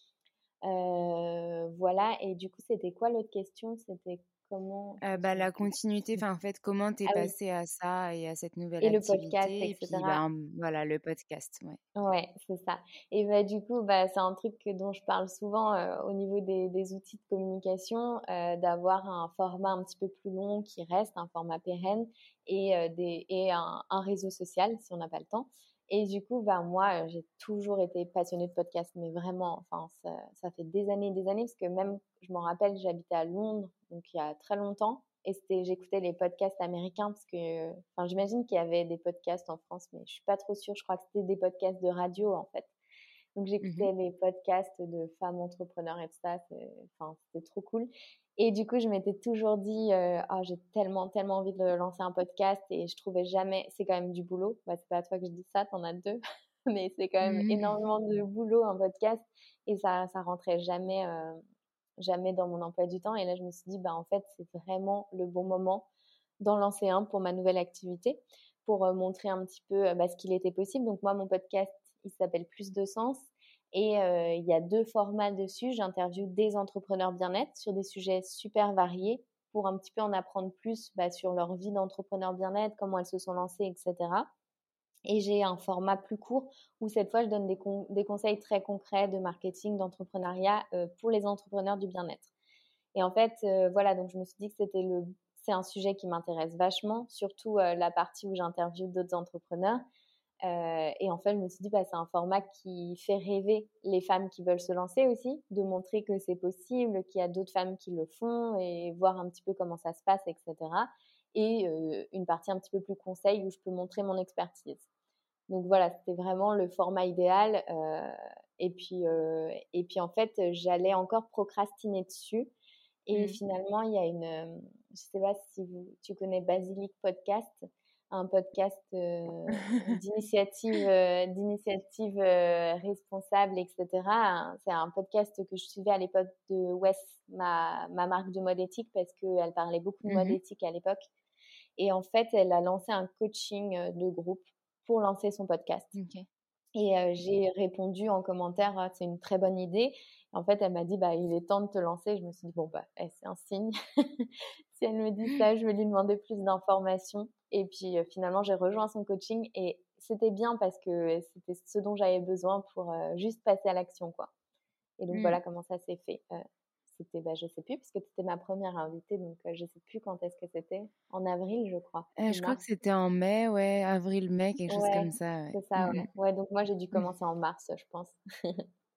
Euh, voilà. Et du coup, c'était quoi l'autre question? C'était comment? Euh, bah, la continuité, enfin, en fait, comment t'es Ah oui, passé à ça et à cette nouvelle et le podcast, activité? Et puis, et cetera. bah, voilà, le podcast, ouais. Ouais, c'est ça. Et bah, du coup, bah, c'est un truc que- dont je parle souvent euh, au niveau des, des outils de communication, euh, d'avoir un format un petit peu plus long qui reste, un format pérenne et, euh, des, et un, un réseau social si on n'a pas le temps. Et du coup, bah, moi, euh, j'ai toujours été passionnée de podcast, mais vraiment, enfin, ça, ça fait des années et des années, parce que même, je m'en rappelle, j'habitais à Londres, donc il y a très longtemps. Et c'était, j'écoutais les podcasts américains parce que, enfin, j'imagine qu'il y avait des podcasts en France, mais je suis pas trop sûre. Je crois que c'était des podcasts de radio, en fait. Donc, Mhm. j'écoutais les podcasts de femmes entrepreneurs et tout ça. C'est, enfin, c'était trop cool. Et du coup, je m'étais toujours dit, euh, ah, j'ai tellement, tellement envie de lancer un podcast et je trouvais jamais, c'est quand même du boulot. Bah, c'est pas à toi que je dis ça, t'en as deux. Mais c'est quand même Mhm. énormément de boulot, un podcast. Et ça, ça rentrait jamais, euh, jamais dans mon emploi du temps. Et là, je me suis dit, bah, en fait, c'est vraiment le bon moment d'en lancer un pour ma nouvelle activité, pour euh, montrer un petit peu euh, bah, ce qu'il était possible. Donc, moi, mon podcast, il s'appelle Plus de Sens. Et euh, il y a deux formats dessus. J'interviewe des entrepreneurs bien-être sur des sujets super variés pour un petit peu en apprendre plus bah, sur leur vie d'entrepreneur bien-être, comment elles se sont lancées, et cetera. Et j'ai un format plus court où cette fois, je donne des, con- des conseils très concrets de marketing, d'entrepreneuriat euh, pour les entrepreneurs du bien-être. Et en fait, euh, voilà, donc je me suis dit que c'était le, c'est un sujet qui m'intéresse vachement, surtout euh, la partie où j'interviewe d'autres entrepreneurs. Euh, et en fait, je me suis dit, bah, c'est un format qui fait rêver les femmes qui veulent se lancer aussi, de montrer que c'est possible, qu'il y a d'autres femmes qui le font et voir un petit peu comment ça se passe, et cetera. Et euh, une partie un petit peu plus conseil où je peux montrer mon expertise. Donc voilà, c'était vraiment le format idéal. Euh, et puis, euh, et puis en fait, j'allais encore procrastiner dessus. Et Mhm. finalement, il y a une, euh, je sais pas si vous, tu connais Basilic Podcast, un podcast euh, d'initiative, euh, d'initiative euh, responsable, et cetera. C'est un podcast que je suivais à l'époque de Wes, ma, ma marque de mode éthique, parce qu'elle parlait beaucoup de mode Mhm. éthique à l'époque. Et en fait, elle a lancé un coaching de groupe pour lancer son podcast. Ok. Et euh, j'ai répondu en commentaire, ah, c'est une très bonne idée. En fait, elle m'a dit, bah, il est temps de te lancer. Je me suis dit, bon, bah, eh, c'est un signe. Si elle me dit ça, je vais lui demander plus d'informations. Et puis, euh, finalement, j'ai rejoint son coaching et c'était bien parce que c'était ce dont j'avais besoin pour euh, juste passer à l'action, quoi. Et donc, Mhm. voilà comment ça s'est fait. Euh, c'était, bah, je sais plus, parce que tu étais ma première invitée, donc euh, je sais plus quand est-ce que c'était. En avril, je crois, Euh, ou je crois que mars. c'était en mai, ouais, avril-mai, quelque chose Ouais, comme ça, ouais. c'est ça, ouais. Mhm. Ouais, donc moi, j'ai dû commencer en mars, je pense.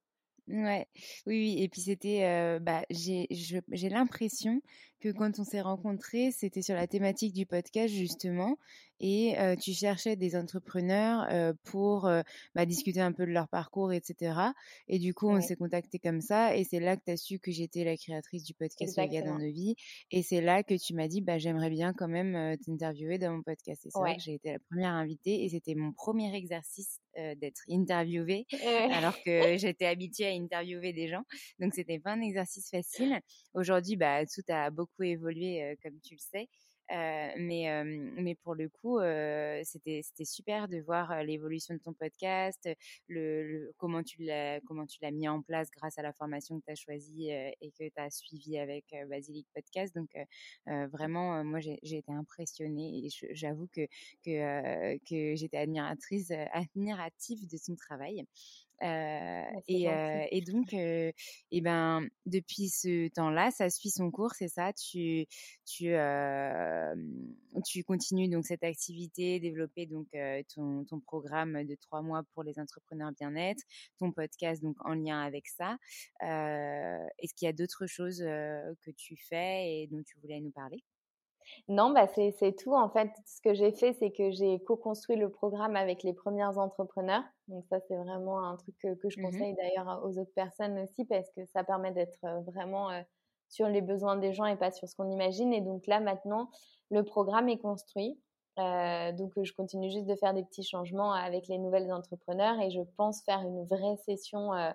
Ouais, oui, oui. Et puis c'était, euh, bah, j'ai, je- j'ai l'impression que quand on s'est rencontrés, c'était sur la thématique du podcast justement, et euh, tu cherchais des entrepreneurs euh, pour euh, bah, discuter un peu de leur parcours, et cetera. Et du coup, on Ouais, s'est contacté comme ça, et c'est là que tu as su que j'étais la créatrice du podcast Yoga dans exactement. nos vies, et c'est là que tu m'as dit, bah, j'aimerais bien quand même euh, t'interviewer dans mon podcast. Et c'est vrai Ouais. que j'ai été la première invitée, et c'était mon premier exercice euh, d'être interviewée Ouais. alors que j'étais habituée à interviewer des gens. Donc, c'était pas un exercice facile. Aujourd'hui, bah, tout a beaucoup évolué, euh, comme tu le sais. Euh, mais, euh, mais pour le coup, euh, c'était, c'était super de voir euh, l'évolution de ton podcast, le, le- comment tu l'as, comment tu l'as mis en place grâce à la formation que tu as choisie euh, et que tu as suivie avec euh, Basilic Podcast. Donc, euh, euh, vraiment, euh, moi, j'ai, j'ai été impressionnée et je- j'avoue que, que, euh, que j'étais admiratrice, euh, admirative de ton travail. Euh, Ouais, c'est et, gentil. euh, et donc, euh, et ben, depuis ce temps-là, ça suit son cours, c'est ça. Tu, tu, euh, tu continues donc cette activité, développer donc euh, ton, ton programme de trois mois pour les entrepreneurs bien-être, ton podcast donc en lien avec ça. Euh, est-ce qu'il y a d'autres choses euh, que tu fais et dont tu voulais nous parler? Non, bah c'est c'est tout. En fait, ce que j'ai fait, c'est que j'ai co-construit le programme avec les premiers entrepreneurs. Donc ça, c'est vraiment un truc que, que je Mhm. conseille d'ailleurs aux autres personnes aussi parce que ça permet d'être euh, vraiment euh, sur les besoins des gens et pas sur ce qu'on imagine. Et donc là, maintenant, le programme est construit. Euh, donc je continue juste de faire des petits changements avec les nouvelles entrepreneurs et je pense faire une vraie session. Euh,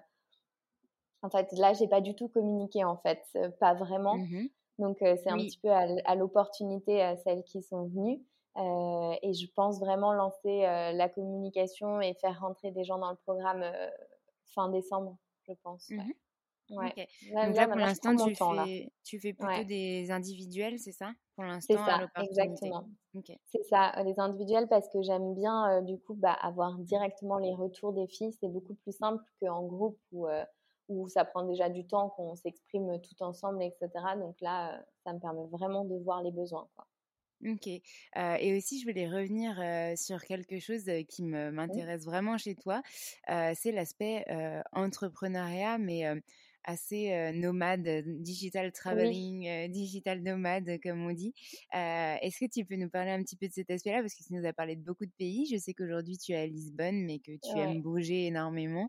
en fait, là, j'ai pas du tout communiqué en fait, euh, pas vraiment. Mhm. Donc, euh, c'est un Oui. petit peu à, à l'opportunité à celles qui sont venues. Euh, et je pense vraiment lancer euh, la communication et faire rentrer des gens dans le programme euh, fin décembre, je pense. Ouais. Mhm. Ouais. Ok. Là, Donc là, là, pour maintenant, je prends l'instant, mon tu temps, là. fais, tu fais plutôt Ouais. des individuels, c'est ça? Pour C'est l'instant, à ça, l'opportunité. exactement. Ok. C'est ça, euh, les individuels, parce que j'aime bien, euh, du coup, bah, avoir directement les retours des filles. C'est beaucoup plus simple qu'en groupe où, euh, où ça prend déjà du temps, qu'on s'exprime tout ensemble, et cetera. Donc là, euh, ça me permet vraiment de voir les besoins, quoi. Ok. Euh, et aussi, je voulais revenir euh, sur quelque chose euh, qui me Oui. m'intéresse vraiment chez toi. Euh, c'est l'aspect euh, entrepreneuriat, mais euh, assez euh, nomade, euh, digital Oui. traveling, euh, digital nomade, comme on dit. Euh, est-ce que tu peux nous parler un petit peu de cet aspect-là? Parce que tu nous as parlé de beaucoup de pays. Je sais qu'aujourd'hui, tu es à Lisbonne, mais que tu aimes Ouais. bouger énormément.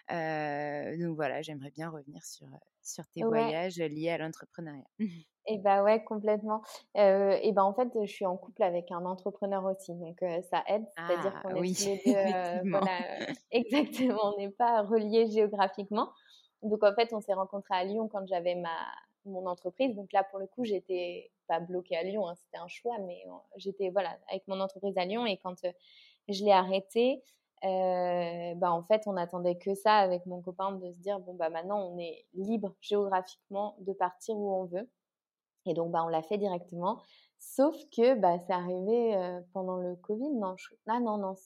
Euh, donc voilà, j'aimerais bien revenir sur, sur tes Ouais. voyages liés à l'entrepreneuriat. Et bah ouais, complètement. Euh, et ben en fait, je suis en couple avec un entrepreneur aussi, donc euh, ça aide. C'est-à-dire Ah qu'on est oui, tous les deux, euh, effectivement. voilà, euh, exactement. On n'est pas reliés géographiquement. Donc en fait, on s'est rencontrés à Lyon quand j'avais ma mon entreprise. Donc là, pour le coup, j'étais pas bloquée à Lyon, hein, c'était un choix, mais euh, j'étais voilà avec mon entreprise à Lyon. Et quand euh, je l'ai arrêtée, euh, bah en fait, on attendait que ça avec mon copain de se dire bon bah maintenant on est libre géographiquement de partir où on veut. Et donc, bah, on l'a fait directement. Sauf que bah, c'est arrivé euh, pendant le Covid. Non, je... ah non, non.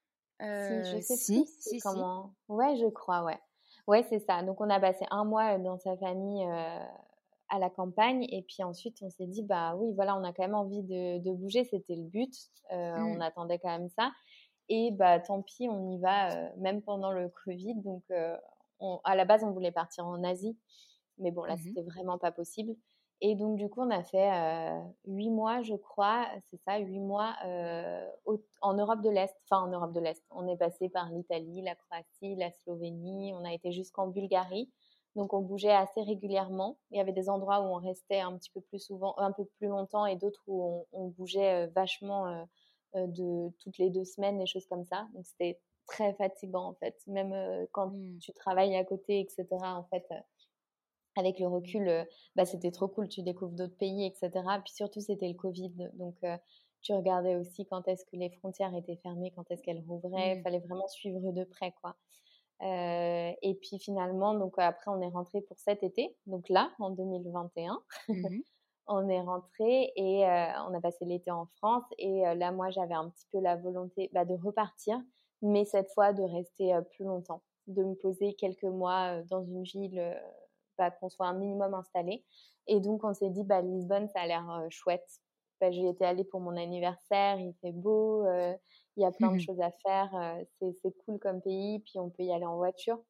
Si, je Euh, sais plus si, c'est si, si. comment. Ouais, je crois, ouais. Ouais, c'est ça. Donc, on a passé un mois dans sa famille euh, à la campagne. Et puis ensuite, on s'est dit, bah oui, voilà, on a quand même envie de, de bouger. C'était le but. Euh, on Mm. attendait quand même ça. Et bah, tant pis, on y va, euh, même pendant le Covid. Donc, euh, on... à la base, on voulait partir en Asie. Mais bon, là, Mhm. c'était vraiment pas possible. Et donc, du coup, on a fait euh, huit mois, je crois, c'est ça, huit mois euh, au, en Europe de l'Est. Enfin, en Europe de l'Est. On est passé par l'Italie, la Croatie, la Slovénie. On a été jusqu'en Bulgarie. Donc, on bougeait assez régulièrement. Il y avait des endroits où on restait un petit peu plus souvent, un peu plus longtemps, et d'autres où on, on bougeait euh, vachement euh, euh, de toutes les deux semaines, des choses comme ça. Donc, c'était très fatigant, en fait. Même euh, quand Mm. tu travailles à côté, et cetera, en fait... Euh, avec le recul, euh, bah, c'était trop cool, tu découvres d'autres pays, et cetera. Puis surtout, c'était le Covid, donc euh, tu regardais aussi quand est-ce que les frontières étaient fermées, quand est-ce qu'elles rouvraient. Il Mm. fallait vraiment suivre de près, quoi. Euh, et puis finalement, donc après, on est rentré pour cet été, donc là, en deux mille vingt et un. Mhm. On est rentré et euh, on a passé l'été en France. Et euh, là, moi, j'avais un petit peu la volonté bah, de repartir, mais cette fois de rester euh, plus longtemps, de me poser quelques mois euh, dans une ville, euh, bah, qu'on soit un minimum installé. Et donc, on s'est dit, bah, Lisbonne, ça a l'air euh, chouette. Bah, j'y étais allée pour mon anniversaire, il fait beau, euh, il y a plein de Mhm. choses à faire, euh, c'est, c'est cool comme pays, puis on peut y aller en voiture.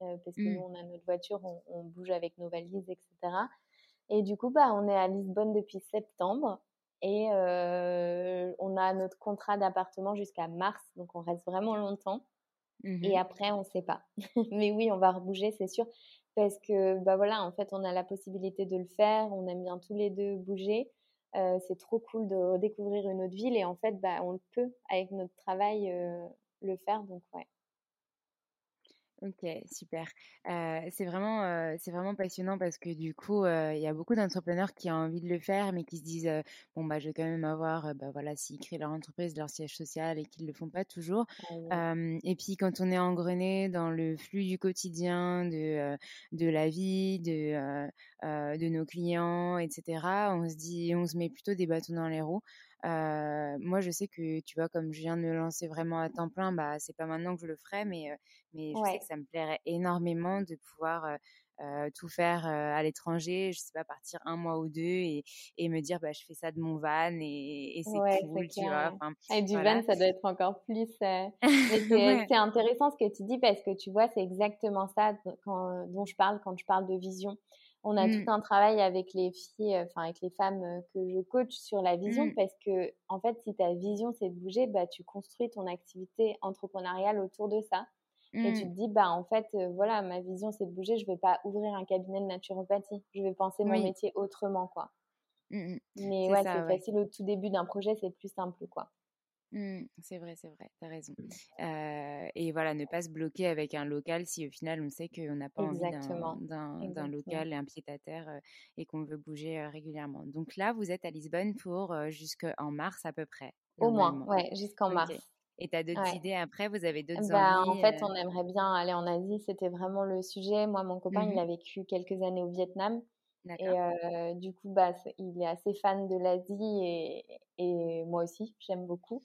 euh, parce que Mm. nous, on a notre voiture, on, on bouge avec nos valises, et cetera. Et du coup, bah, on est à Lisbonne depuis septembre et euh, on a notre contrat d'appartement jusqu'à mars, donc on reste vraiment longtemps. Mhm. Et après, on ne sait pas. Mais oui, on va rebouger, c'est sûr, parce que bah voilà, en fait, on a la possibilité de le faire, on aime bien tous les deux bouger. Euh, c'est trop cool de redécouvrir une autre ville et en fait, bah, on le peut avec notre travail euh, le faire, donc ouais. Ok, super. Euh, c'est vraiment, euh, c'est vraiment passionnant parce que du coup, euh, il y a beaucoup d'entrepreneurs qui ont envie de le faire, mais qui se disent, euh, bon, bah, je vais quand même avoir, euh, bah, voilà, s'ils créent leur entreprise, leur siège social et qu'ils le font pas toujours. Ah oui. Euh, et puis, quand on est engrené dans le flux du quotidien, de, euh, de la vie, de, euh, euh, de nos clients, et cetera, on se dit, on se met plutôt des bâtons dans les roues. Euh, moi, je sais que, tu vois, comme je viens de me lancer vraiment à temps plein, bah, c'est pas maintenant que je le ferai, mais, euh, mais je sais que Ouais. ça me plairait énormément de pouvoir euh, euh, tout faire euh, à l'étranger, je sais pas, partir un mois ou deux et, et me dire, bah, je fais ça de mon van et, et c'est Ouais, c'est cool, tu clair, vois. ouais. Enfin, Et du van, voilà. ça doit être encore plus. euh, Mais c'est Ouais. c'est intéressant ce que tu dis parce que tu vois, c'est exactement ça d- quand, dont je parle quand je parle de vision. On a tout Mm, un travail avec les filles, euh, enfin avec les femmes euh, que je coach sur la vision mm, parce que en fait, si ta vision c'est de bouger, bah tu construis ton activité entrepreneuriale autour de ça. Et tu mm. te dis, bah en fait, euh, voilà, ma vision c'est de bouger. Je vais pas ouvrir un cabinet de naturopathie. Je vais penser mon Oui, métier autrement, quoi. mm, mm. Mais C'est ouais, c'est ça, ouais. facile au tout début d'un projet, c'est plus simple, quoi. Mm, c'est vrai, c'est vrai, t'as raison. Euh, et voilà, ne pas se bloquer avec un local si au final on sait qu'on n'a pas envie d'un Exactement, d'un d'un exactement. local et un pied-à-terre euh, et qu'on veut bouger euh, régulièrement. Donc là, vous êtes à Lisbonne pour euh, jusqu'en mars à peu près, Au moins, normalement. ouais, jusqu'en Ok. mars. Et t'as d'autres Ouais. idées après? Vous avez d'autres Bah, en envies? fait, euh, on aimerait bien aller en Asie, c'était vraiment le sujet. Moi, mon copain, il mhm, a vécu quelques années au Vietnam D'accord. et euh, du coup, bah, c'est- il est assez fan de l'Asie et, et moi aussi, j'aime beaucoup.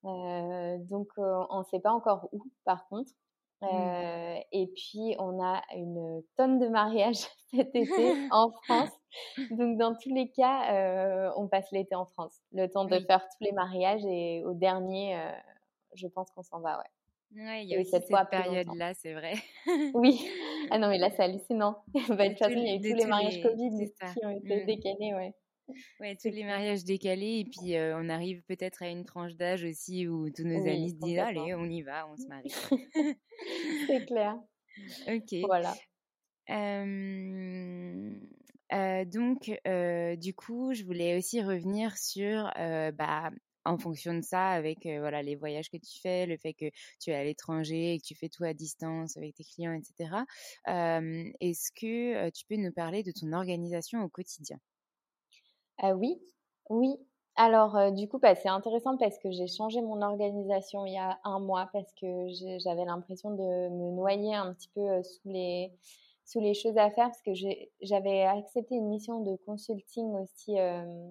Euh, donc, euh, on ne sait pas encore où, par contre. Mm. Euh, et puis, on a une tonne de mariages cet été en France. Donc, dans tous les cas, euh, on passe l'été en France. Le temps de Oui. faire tous les mariages et au dernier, euh, je pense qu'on s'en va, ouais. Ouais, il y a Et aussi cette fois, cette plus longtemps. période-là, c'est vrai. Oui. Ah non, mais là, c'est hallucinant. Bah, de De toute tous, façon, il y a eu de tous les tous mariages les... Covid C'est ça. qui ont été Mm. décalés, ouais. Ouais, tous C'est les clair. mariages décalés et puis euh, on arrive peut-être à une tranche d'âge aussi où tous nos amis Oui, se disent complètement. allez, on y va, on se marie. C'est clair. Ok. Voilà. Euh, euh, donc, euh, du coup, je voulais aussi revenir sur, euh, bah, en fonction de ça, avec euh, voilà les voyages que tu fais, le fait que tu es à l'étranger et que tu fais tout à distance avec tes clients, et cetera. Euh, est-ce que euh, tu peux nous parler de ton organisation au quotidien? Ah oui, oui. Alors, euh, du coup, bah, c'est intéressant parce que j'ai changé mon organisation il y a un mois parce que j'ai- j'avais l'impression de me noyer un petit peu euh, sous les, sous les choses à faire parce que j'ai- j'avais accepté une mission de consulting aussi euh,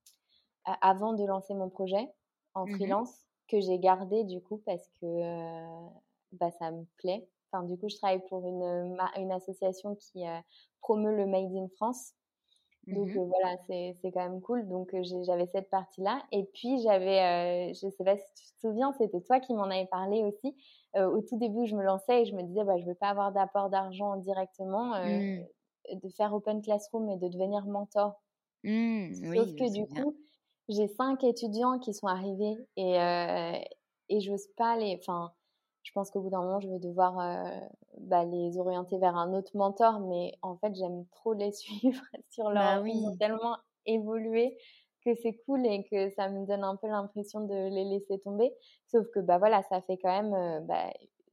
a- avant de lancer mon projet en Mhm, freelance que j'ai gardé du coup parce que euh, bah, ça me plaît. Enfin, du coup, je travaille pour une, ma- une association qui euh, promeut le Made in France. Donc mhm. euh, voilà, c'est c'est quand même cool. Donc euh, j'ai- j'avais cette partie-là. Et puis j'avais, euh, je sais pas si tu te souviens, c'était toi qui m'en avais parlé aussi. Euh, au tout début, je me lançais et je me disais, bah, je veux pas avoir d'apport d'argent directement, euh, Mm, de faire Open Classroom et de devenir mentor. mm, Sauf oui, je me que du souviens. coup, j'ai cinq étudiants qui sont arrivés et, euh, et j'ose pas les. Enfin, je pense qu'au bout d'un moment, je vais devoir euh, bah, les orienter vers un autre mentor, mais en fait, j'aime trop les suivre sur Bah leur vie. Ils ont oui. tellement évolué que c'est cool et que ça me donne un peu l'impression de les laisser tomber. Sauf que bah voilà, ça fait quand même euh, bah,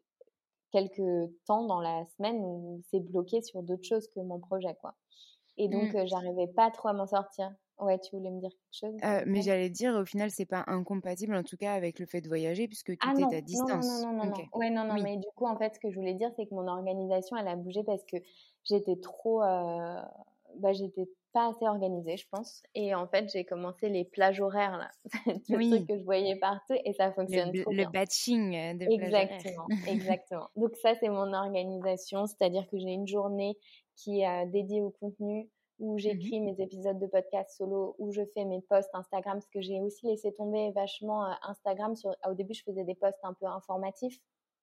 quelques temps dans la semaine où c'est bloqué sur d'autres choses que mon projet, quoi. Et donc, Mm. euh, j'arrivais pas trop à m'en sortir. Ouais, tu voulais me dire quelque chose, Euh, mais Alexandre? j'allais dire, au final, c'est pas incompatible, en tout cas, avec le fait de voyager, puisque tout Ah est à non, non, non, non, distance. non, non, Ok. non. Ouais, non, non, Oui. mais du coup, en fait, ce que je voulais dire, c'est que mon organisation, elle a bougé parce que j'étais trop, euh, bah, j'étais pas assez organisée, je pense. Et en fait, j'ai commencé les plages horaires, là. Le truc Oui. que je voyais partout et ça Le, fonctionne b- trop le bien. batching euh, de plage horaire. Exactement, exactement. Donc ça, c'est mon organisation, c'est-à-dire que j'ai une journée qui est euh, dédiée au contenu, où Mhm. j'écris mes épisodes de podcast solo, où je fais mes posts Instagram, parce que j'ai aussi laissé tomber vachement euh, Instagram. Sur... Au début, je faisais des posts un peu informatifs,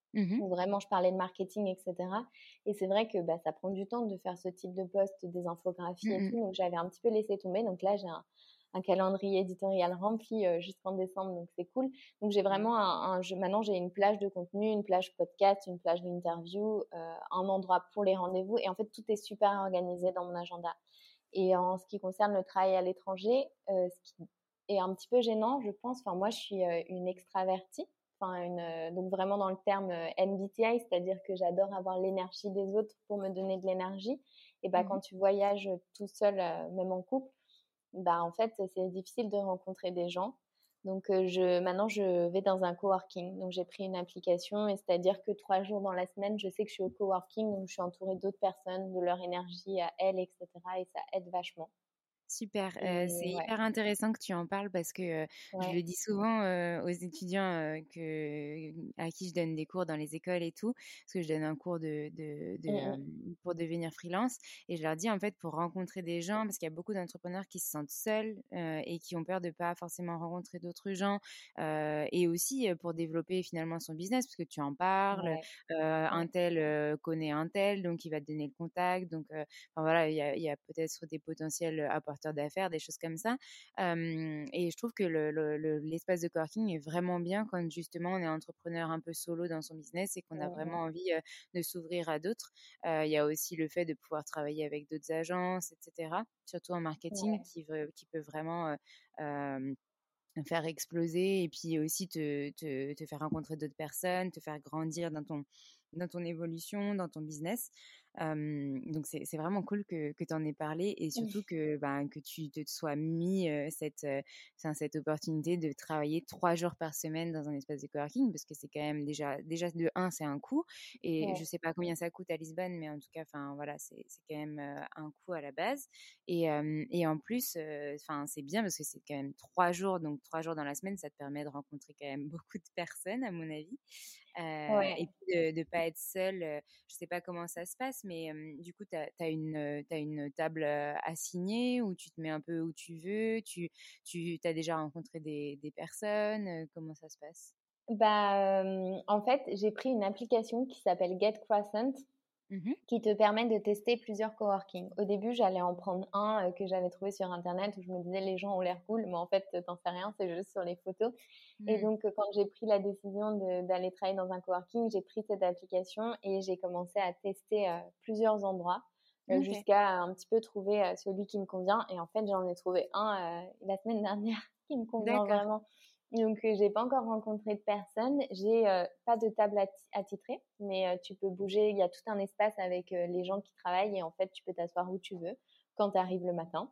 Mmh. Où vraiment je parlais de marketing, et cetera. Et c'est vrai que bah, ça prend du temps de faire ce type de post, des infographies et Mmh. tout. Donc j'avais un petit peu laissé tomber. Donc là, j'ai un, un calendrier éditorial rempli euh, jusqu'en décembre, donc c'est cool. Donc j'ai vraiment un, un je, maintenant j'ai une plage de contenu, une plage podcast, une plage d'interview, euh, un endroit pour les rendez-vous. Et en fait, tout est super organisé dans mon agenda. Et en ce qui concerne le travail à l'étranger, euh, ce qui est un petit peu gênant, je pense. Enfin, moi, je suis euh, une extravertie. Enfin, une, euh, donc vraiment dans le terme euh, M B T I, c'est-à-dire que j'adore avoir l'énergie des autres pour me donner de l'énergie. Et bah, mmh. quand tu voyages tout seul, euh, même en couple, bah, en fait, c'est difficile de rencontrer des gens. Donc, euh, je, maintenant, je vais dans un coworking. Donc, j'ai pris une application et c'est-à-dire que trois jours dans la semaine, je sais que je suis au coworking, donc je suis entourée d'autres personnes, de leur énergie à elles, et cetera. Et ça aide vachement. Super, Et euh, c'est ouais. hyper intéressant que tu en parles parce que euh, Ouais. je le dis souvent euh, aux étudiants euh, que, à qui je donne des cours dans les écoles et tout, parce que je donne un cours de, de, de, Mmh, euh, pour devenir freelance et je leur dis en fait pour rencontrer des gens, parce qu'il y a beaucoup d'entrepreneurs qui se sentent seuls euh, et qui ont peur de ne pas forcément rencontrer d'autres gens euh, et aussi euh, pour développer finalement son business parce que tu en parles, ouais. euh, un Ouais. tel euh, connaît un tel, donc il va te donner le contact, donc euh, enfin, voilà, il y a, il y a peut-être des potentiels apporteurs d'affaires, des choses comme ça. Euh, et je trouve que le, le, le, l'espace de coworking est vraiment bien quand justement on est entrepreneur un peu solo dans son business et qu'on a vraiment envie euh, de s'ouvrir à d'autres. Euh, il y a aussi le fait de pouvoir travailler avec d'autres agences, et cetera. Surtout en marketing Ouais. qui, veut, qui peut vraiment euh, euh, faire exploser et puis aussi te, te, te faire rencontrer d'autres personnes, te faire grandir dans ton, dans ton évolution, dans ton business. Euh, donc c'est, c'est vraiment cool que, que tu en aies parlé et surtout que, ben, que tu te sois mis euh, cette, euh, cette opportunité de travailler trois jours par semaine dans un espace de coworking parce que c'est quand même déjà, déjà de un, c'est un coût et Ouais. je sais pas combien ça coûte à Lisbonne, mais en tout cas, enfin voilà, c'est, c'est quand même euh, un coût à la base et, euh, et en plus, enfin euh, c'est bien parce que c'est quand même trois jours, donc trois jours dans la semaine, ça te permet de rencontrer quand même beaucoup de personnes à mon avis. Euh, ouais. Et puis de ne pas être seule. Euh, je ne sais pas comment ça se passe, mais euh, du coup, tu as une, euh, une table euh, assignée où tu te mets un peu où tu veux. Tu, tu as déjà rencontré des, des personnes. Euh, comment ça se passe? Bah, euh, en fait, j'ai pris une application qui s'appelle Get Croissant. Mmh. Qui te permet de tester plusieurs coworking. Au début, j'allais en prendre un euh, que j'avais trouvé sur Internet où je me disais les gens ont l'air cool, mais en fait, t'en sais rien, c'est juste sur les photos. Mmh. Et donc, quand j'ai pris la décision de, d'aller travailler dans un coworking, j'ai pris cette application et j'ai commencé à tester euh, plusieurs endroits euh, okay. jusqu'à un petit peu trouver euh, celui qui me convient. Et en fait, j'en ai trouvé un euh, la semaine dernière qui me convient D'accord. vraiment. Donc, euh, j'ai pas encore rencontré de personne. J'ai euh, pas de table attitrée, mais euh, tu peux bouger. Il y a tout un espace avec euh, les gens qui travaillent et en fait, tu peux t'asseoir où tu veux quand tu arrives le matin.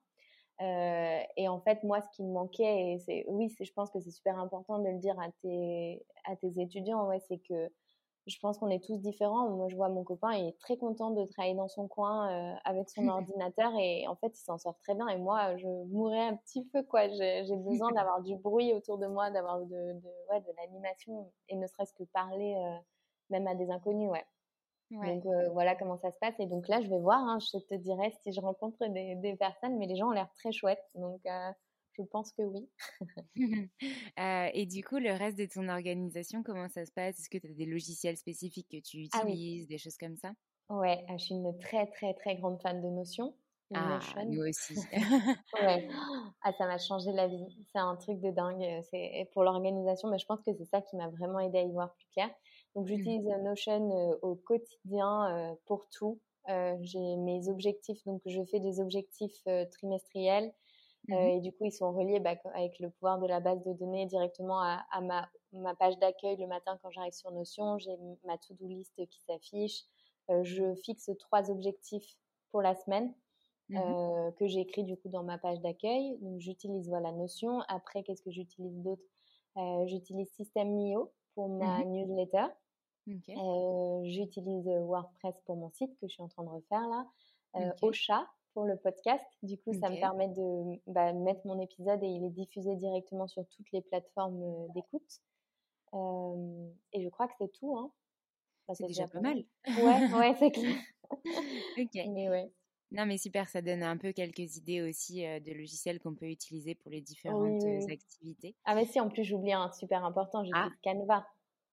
Euh, et en fait, moi, ce qui me manquait, et c'est, oui, c'est, je pense que c'est super important de le dire à tes, à tes étudiants, ouais, c'est que je pense qu'on est tous différents. Moi, je vois mon copain, il est très content de travailler dans son coin euh, avec son ordinateur et en fait, il s'en sort très bien. Et moi, je mourrais un petit peu, quoi. J'ai, j'ai besoin d'avoir du bruit autour de moi, d'avoir de, de, ouais, de l'animation et ne serait-ce que parler euh, même à des inconnus, ouais. Ouais. Donc euh, voilà comment ça se passe. Et donc là, je vais voir, hein, je te dirai si je rencontre des, des personnes, mais les gens ont l'air très chouettes. Donc euh, je pense que oui. euh, et du coup, le reste de ton organisation, comment ça se passe? Est-ce que tu as des logiciels spécifiques que tu utilises, ah oui. des choses comme ça? Ouais, je suis une très très très grande fan de Notion. Ah, Notion. nous aussi. Ouais. Ah, ça m'a changé la vie. C'est un truc de dingue. C'est pour l'organisation, mais je pense que c'est ça qui m'a vraiment aidé à y voir plus clair. Donc, j'utilise mmh. Notion euh, au quotidien euh, pour tout. Euh, j'ai mes objectifs, donc je fais des objectifs euh, trimestriels. Mmh. Euh, et du coup, ils sont reliés bah, avec le pouvoir de la base de données directement à, à ma, ma page d'accueil le matin quand j'arrive sur Notion. J'ai ma to-do list qui s'affiche. Euh, je fixe trois objectifs pour la semaine. Mmh. Euh, que j'ai écrit du coup dans ma page d'accueil. Donc j'utilise voilà Notion. Après, qu'est-ce que j'utilise d'autre? euh, J'utilise System.io pour ma mmh. newsletter. Okay. Euh, j'utilise WordPress pour mon site que je suis en train de refaire là. Euh, okay. Ocha pour le podcast. Du coup, okay. ça me permet de bah, mettre mon épisode et il est diffusé directement sur toutes les plateformes d'écoute. Euh, et je crois que c'est tout. Hein. Bah, c'est, c'est déjà pas mal. mal. Ouais, ouais, c'est clair. Ok. Mais ouais. Non, mais super, ça donne un peu quelques idées aussi euh, de logiciels qu'on peut utiliser pour les différentes oui, oui. activités. Ah, mais si, en plus, j'oublie un super important, j'utilise ah. Canva.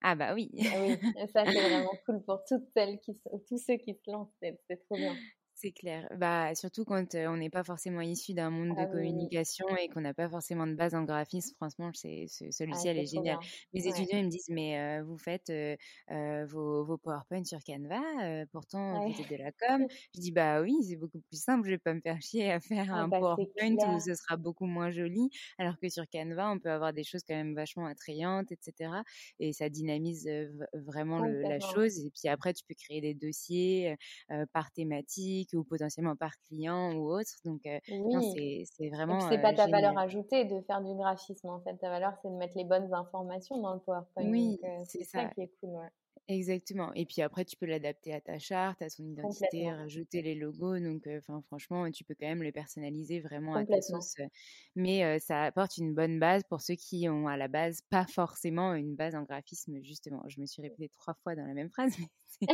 Ah bah oui. Ah oui, et ça, c'est vraiment cool pour toutes celles qui, se- tous ceux qui se lancent. C'est, c'est trop bien. C'est clair. Bah, surtout quand euh, on n'est pas forcément issu d'un monde de Ah oui, oui. communication et qu'on n'a pas forcément de base en graphisme, franchement, c'est, ce- ce Ah, logiciel c'est est trop génial. bien. Mes Ouais. étudiants, ils me disent, mais euh, vous faites euh, euh, vos, vos PowerPoint sur Canva, euh, pourtant Ouais. vous êtes de la com. Je dis, bah oui, c'est beaucoup plus simple, je vais pas me faire chier à faire Ah un bah, c'est PowerPoint où clair. ce sera beaucoup moins joli, alors que sur Canva, on peut avoir des choses quand même vachement attrayantes, et cetera. Et ça dynamise euh, v- vraiment le- la Complètement. chose. Et puis après, tu peux créer des dossiers euh, par thématique ou potentiellement par client ou autre. Donc, euh, non, Oui. c'est, c'est Et puis, vraiment c'est euh, pas ta valeur génial. ajoutée de faire du graphisme, en fait. Ta valeur, c'est de mettre les bonnes informations dans le PowerPoint. Oui, Donc, euh, c'est c'est ça ça. qui est cool, ouais. Exactement. Et puis après, tu peux l'adapter à ta charte, à son identité, Complètement. rajouter les logos. Donc, euh, enfin, franchement, tu peux quand même le personnaliser vraiment à ta Complètement. sauce. euh. Mais euh, ça apporte une bonne base pour ceux qui ont à la base pas forcément une base en graphisme, justement. Je me suis répétée trois fois dans la même phrase, mais c'est...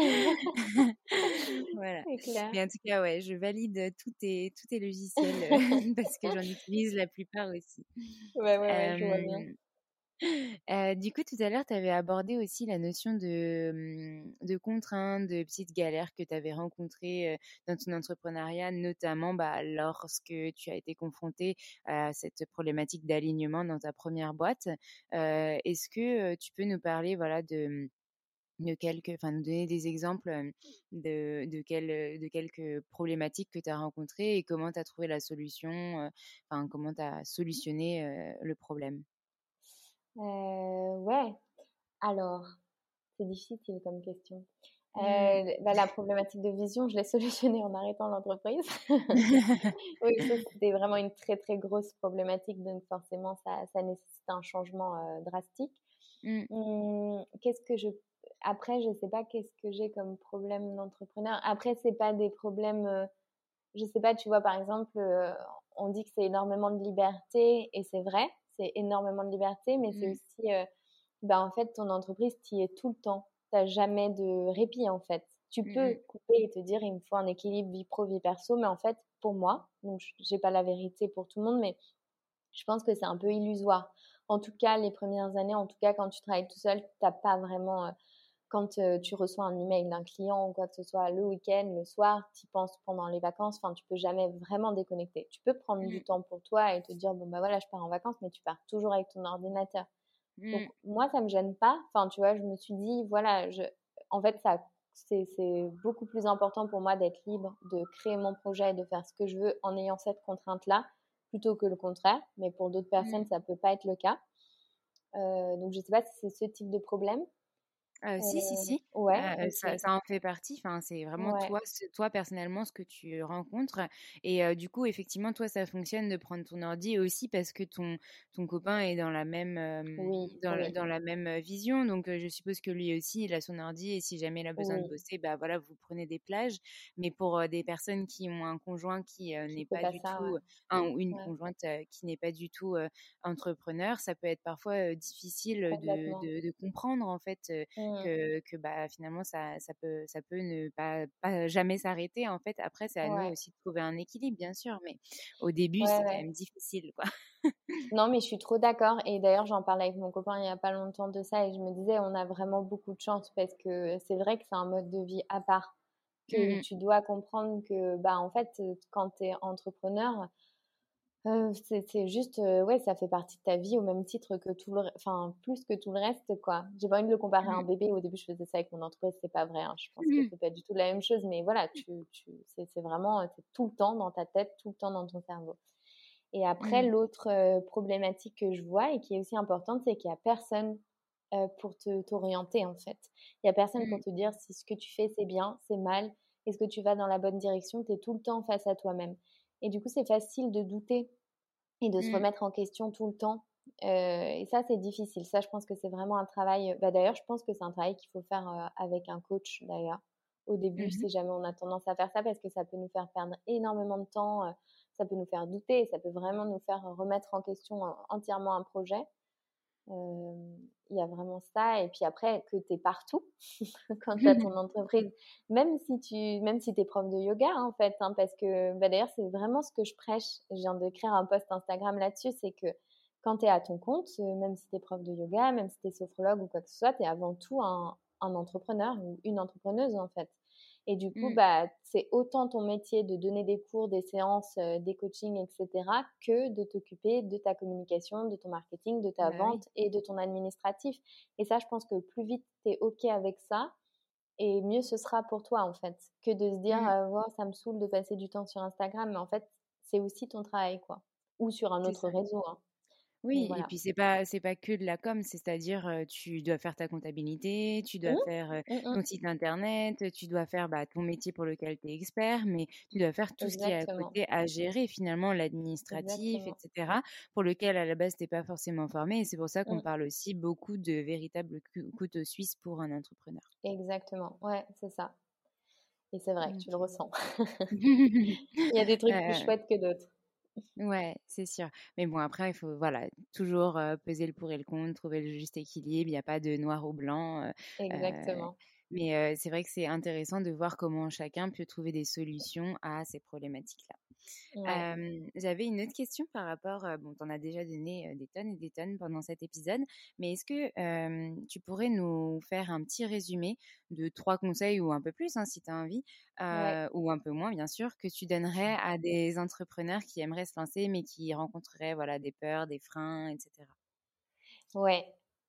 Voilà. C'est clair. Mais en tout cas, ouais, je valide tous tes, tous tes logiciels euh, parce que j'en utilise la plupart aussi. Ouais, ouais, ouais, je vois bien. Euh, euh, du coup, tout à l'heure, tu avais abordé aussi la notion de, hum, de contraintes, de petites galères que tu avais rencontrées euh, dans ton entrepreneuriat, notamment bah, lorsque tu as été confronté à cette problématique d'alignement dans ta première boîte. Euh, est-ce que euh, tu peux nous parler voilà, de, de quelques, enfin, nous donner des exemples euh, de, de, quel- de quelques problématiques que tu as rencontrées et comment tu as trouvé la solution, euh, enfin, comment tu as solutionné euh, le problème? Euh, ouais. Alors, c'est difficile comme question. Mmh. Euh, bah, la problématique de vision, je l'ai solutionnée en arrêtant l'entreprise. Oui, ça, c'était vraiment une très, très grosse problématique. Donc, forcément, ça, ça nécessite un changement euh, drastique. Mmh. Hum, qu'est-ce que je... Après, je sais pas qu'est-ce que j'ai comme problème d'entrepreneur. Après, c'est pas des problèmes... euh, je sais pas, tu vois, par exemple, euh, on dit que c'est énormément de liberté, et c'est vrai, c'est énormément de liberté, mais c'est Mmh. aussi... euh, bah, en fait, ton entreprise, tu y es tout le temps. T'as jamais de répit, en fait. Tu Mmh peux mh. couper et te dire, il me faut un équilibre vie pro, vie perso, mais en fait, pour moi, donc j'ai pas la vérité pour tout le monde, mais je pense que c'est un peu illusoire. En tout cas, les premières années, en tout cas, quand tu travailles tout seul, t'as pas vraiment, euh, quand euh, tu reçois un email d'un client ou quoi que ce soit le week-end, le soir, tu penses pendant les vacances, enfin, tu peux jamais vraiment déconnecter. Tu peux prendre du Mmh. temps pour toi et te dire, bon, bah voilà, je pars en vacances, mais tu pars toujours avec ton ordinateur. Donc, Mmh. moi, ça me gêne pas. Enfin, tu vois, je me suis dit, voilà, je, en fait, ça, c'est, c'est beaucoup plus important pour moi d'être libre, de créer mon projet et de faire ce que je veux en ayant cette contrainte-là, plutôt que le contraire. Mais pour d'autres personnes, Mmh. ça peut pas être le cas. Euh, donc, je sais pas si c'est ce type de problème. Heu, Euh, si, si, si, ouais, heu, ça ok. ça en fait partie. Enfin, c'est vraiment Ouais, toi, ce toi personnellement, ce que tu rencontres et heu, du coup, effectivement, toi, ça fonctionne de prendre ton ordi aussi parce que ton ton copain est dans la même, hem, oui, dans la oui, dans la même, heu, vision donc heu, je suppose que lui aussi, il a son ordi et si jamais il a besoin de oui, bosser, bah, voilà, vous prenez des plages. Mais pour, heu, des personnes qui ont un conjoint qui, heu, qui n'est fait pas pas du ça, ouais. tout un ou une Ouais, conjointe, heu, qui n'est pas du tout, heu, entrepreneur, ça peut être parfois, heu, difficile, de complètement. de de comprendre, en fait, heu, Mm. que que bah finalement ça ça peut ça peut ne pas pas jamais s'arrêter en fait. Après c'est à nous Ouais, aussi de trouver un équilibre bien sûr, mais au début ouais, c'est quand ouais. même difficile quoi. Non, mais je suis trop d'accord. Et d'ailleurs, j'en parlais avec mon copain il y a pas longtemps de ça et je me disais, on a vraiment beaucoup de chance parce que c'est vrai que c'est un mode de vie à part, que Mmh. tu dois comprendre que, bah, en fait, euh, quand tu es entrepreneur, euh, c'est, c'est juste, euh, ouais, ça fait partie de ta vie au même titre que tout le, re- enfin, plus que tout le reste, quoi. J'ai pas envie de le comparer à un Mmh. bébé. Au début, je faisais ça avec mon entreprise, c'est pas vrai, hein. Je pense que Mmh. c'est pas du tout la même chose, mais voilà, tu, tu, c'est, c'est vraiment, c'est tout le temps dans ta tête, tout le temps dans ton cerveau. Et après, Mmh. l'autre euh, problématique que je vois et qui est aussi importante, c'est qu'il n'y a personne euh, pour te t'orienter en fait. Il n'y a personne pour Mmh. te dire si ce que tu fais c'est bien, c'est mal, est-ce que tu vas dans la bonne direction, tu es tout le temps face à toi-même. Et du coup, c'est facile de douter et de se Mmh. remettre en question tout le temps. Euh, et ça, c'est difficile. Ça, je pense que c'est vraiment un travail. Bah, d'ailleurs, je pense que c'est un travail qu'il faut faire euh, avec un coach d'ailleurs. Au début, Mmh. si jamais on a tendance à faire ça, parce que ça peut nous faire perdre énormément de temps, euh, ça peut nous faire douter, ça peut vraiment nous faire remettre en question euh, entièrement un projet. Euh, Il y a vraiment ça. Et puis après, que tu es partout quand tu as ton entreprise, même si tu même si es prof de yoga, hein, en fait, hein, parce que bah, d'ailleurs, c'est vraiment ce que je prêche. Je viens de créer un post Instagram là-dessus, c'est que quand tu es à ton compte, euh, même si tu es prof de yoga, même si tu es sophrologue ou quoi que ce soit, tu es avant tout un, un entrepreneur ou une entrepreneuse en fait. Et du coup, mmh. bah, c'est autant ton métier de donner des cours, des séances, euh, des coachings, et cetera, que de t'occuper de ta communication, de ton marketing, de ta bah, vente oui. et de ton administratif. Et ça, je pense que plus vite tu es OK avec ça, et mieux ce sera pour toi, en fait, que de se dire mmh. euh, « oh, ça me saoule de passer du temps sur Instagram », mais en fait, c'est aussi ton travail, quoi. Ou sur un autre réseau, hein. Oui, voilà. Et puis c'est pas c'est pas que de la com, c'est-à-dire euh, tu dois faire ta comptabilité, tu dois mmh. faire euh, mmh. ton site internet, tu dois faire bah, ton métier pour lequel tu es expert, mais tu dois faire tout Exactement. Ce qui est à côté à gérer finalement l'administratif, Exactement. et cetera, pour lequel à la base tu n'es pas forcément formé. Et c'est pour ça qu'on mmh. parle aussi beaucoup de véritables couteaux suisses pour un entrepreneur. Exactement, ouais, c'est ça. Et c'est vrai okay. que tu le ressens. Il y a des trucs euh... plus chouettes que d'autres. Ouais, c'est sûr. Mais bon, après, il faut voilà, toujours euh, peser le pour et le contre, trouver le juste équilibre. Il n'y a pas de noir ou blanc. Euh, Exactement. Euh, mais euh, c'est vrai que c'est intéressant de voir comment chacun peut trouver des solutions à ces problématiques-là. Ouais. Euh, j'avais une autre question par rapport, euh, bon, tu en as déjà donné euh, des tonnes et des tonnes pendant cet épisode, mais est-ce que euh, tu pourrais nous faire un petit résumé de trois conseils ou un peu plus, hein, si tu as envie, euh, ouais. ou un peu moins, bien sûr, que tu donnerais à des entrepreneurs qui aimeraient se lancer, mais qui rencontreraient voilà, des peurs, des freins, et cetera. Ouais.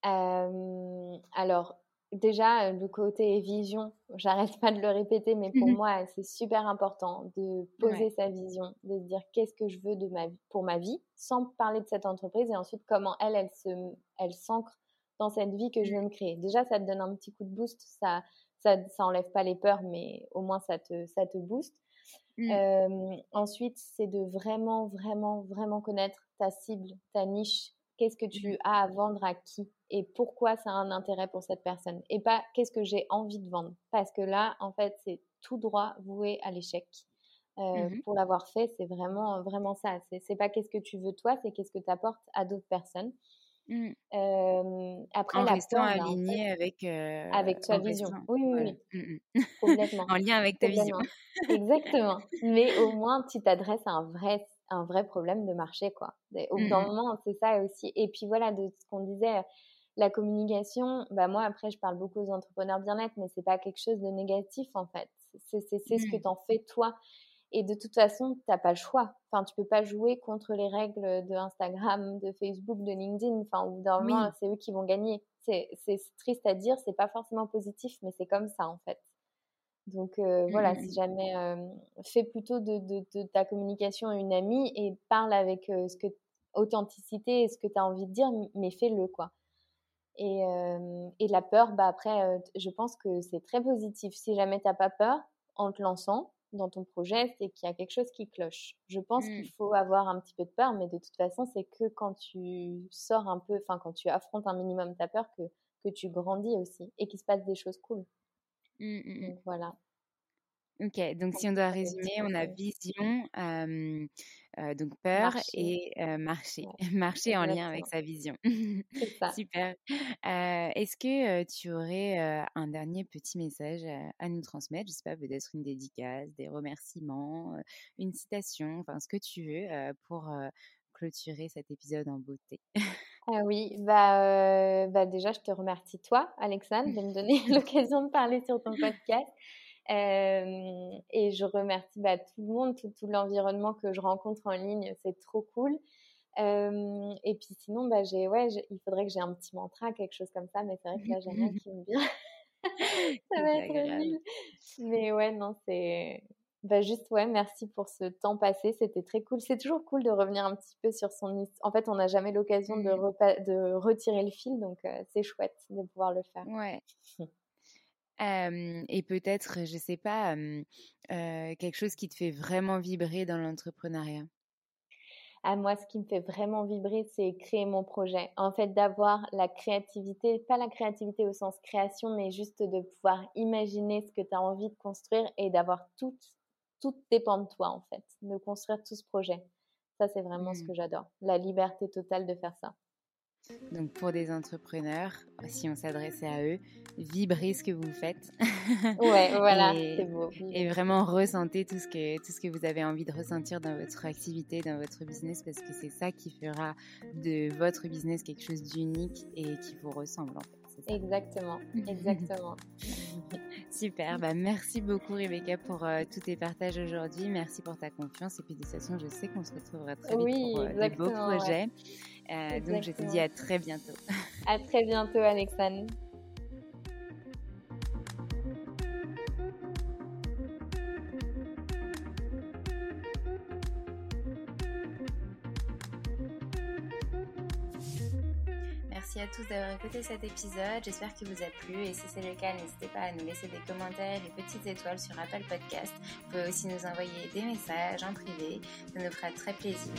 Euh, alors, déjà, le côté vision, j'arrête pas de le répéter, mais pour moi, c'est super important de poser ouais. sa vision, de se dire qu'est-ce que je veux de ma vie, pour ma vie, sans parler de cette entreprise et ensuite comment elle, elle, se, elle s'ancre dans cette vie que je veux me créer. Déjà, ça te donne un petit coup de boost, ça, ça, ça enlève pas les peurs, mais au moins ça te, ça te booste. Mm. Euh, ensuite, c'est de vraiment, vraiment, vraiment connaître ta cible, ta niche. Qu'est-ce que tu as à vendre à qui et pourquoi ça a un intérêt pour cette personne et pas qu'est-ce que j'ai envie de vendre parce que là en fait c'est tout droit voué à l'échec euh, mm-hmm. pour l'avoir fait c'est vraiment vraiment ça c'est, c'est pas qu'est-ce que tu veux toi c'est qu'est-ce que tu apportes à d'autres personnes mm. euh, après en la restant peur, aligné en fait, avec euh, avec ta vision restant, oui oui, voilà. oui. Mm-hmm. Complètement en lien avec ta vision exactement mais au moins tu t'adresses à un vrai un vrai problème de marché, quoi. Au bout d'un moment, c'est ça aussi. Et puis voilà, de ce qu'on disait, la communication, bah moi, après, je parle beaucoup aux entrepreneurs bien-être, mais c'est pas quelque chose de négatif, en fait. C'est, c'est, c'est mmh. ce que t'en fais, toi. Et de toute façon, t'as pas le choix. Enfin, tu peux pas jouer contre les règles de Instagram, de Facebook, de LinkedIn. Enfin, au bout d'un moment, oui. c'est eux qui vont gagner. C'est, c'est triste à dire, c'est pas forcément positif, mais c'est comme ça, en fait. Donc euh, mmh. voilà, si jamais euh, fais plutôt de, de, de ta communication une amie et parle avec euh, ce que authenticité et ce que tu as envie de dire, mais fais-le quoi. Et, euh, et la peur, bah après, euh, je pense que c'est très positif. Si jamais tu n'as pas peur en te lançant dans ton projet, c'est qu'il y a quelque chose qui cloche. Je pense mmh. qu'il faut avoir un petit peu de peur, mais de toute façon, c'est que quand tu sors un peu, enfin quand tu affrontes un minimum ta peur, que, que tu grandis aussi et qu'il se passe des choses cool. Mmh, donc voilà. Ok, donc si on doit résumer, on a vision, euh, euh, donc peur marché. et euh, marché. Ouais. Marché en lien avec sa vision. C'est ça. Super. Euh, est-ce que euh, tu aurais euh, un dernier petit message à, à nous transmettre? Je sais pas, peut-être une dédicace, des remerciements, euh, une citation, enfin ce que tu veux euh, pour euh, clôturer cet épisode en beauté. Ah oui, bah, euh, bah déjà je te remercie toi, Alexandre, de me donner l'occasion de parler sur ton podcast. Euh, et je remercie bah, tout le monde, tout, tout l'environnement que je rencontre en ligne, c'est trop cool. Euh, et puis sinon, bah, j'ai, ouais, j'ai, il faudrait que j'ai un petit mantra, quelque chose comme ça, mais c'est vrai que là, j'ai rien qui me vient. Ça va être nul. Mais ouais, non, c'est... Bah, juste, ouais, merci pour ce temps passé, c'était très cool. C'est toujours cool de revenir un petit peu sur son histoire. En fait, on n'a jamais l'occasion mmh. de, repa- de retirer le fil, donc euh, c'est chouette de pouvoir le faire. Ouais. Euh, et peut-être, je sais pas, euh, euh, quelque chose qui te fait vraiment vibrer dans l'entrepreneuriat. À moi, ce qui me fait vraiment vibrer, c'est créer mon projet. En fait, d'avoir la créativité, pas la créativité au sens création, mais juste de pouvoir imaginer ce que tu as envie de construire et d'avoir tout, tout dépend de toi, en fait, de construire tout ce projet. Ça, c'est vraiment mmh. ce que j'adore. La liberté totale de faire ça. Donc pour des entrepreneurs, si on s'adressait à eux, vibrez ce que vous faites. Ouais, voilà, et, c'est beau. Et vraiment ressentez tout ce, que, tout ce que vous avez envie de ressentir dans votre activité, dans votre business, parce que c'est ça qui fera de votre business quelque chose d'unique et qui vous ressemble en fait. Exactement, exactement. Super, bah merci beaucoup Rebecca pour euh, tous tes partages aujourd'hui, merci pour ta confiance et puis de toute façon je sais qu'on se retrouvera très vite oui, pour euh, de beaux projets. Ouais. Euh, donc je te dis à très bientôt. À très bientôt Alexandre. Merci à tous d'avoir écouté cet épisode, j'espère qu'il vous a plu et si c'est le cas, n'hésitez pas à nous laisser des commentaires et petites étoiles sur Apple Podcast. Vous pouvez aussi nous envoyer des messages en privé, ça nous fera très plaisir.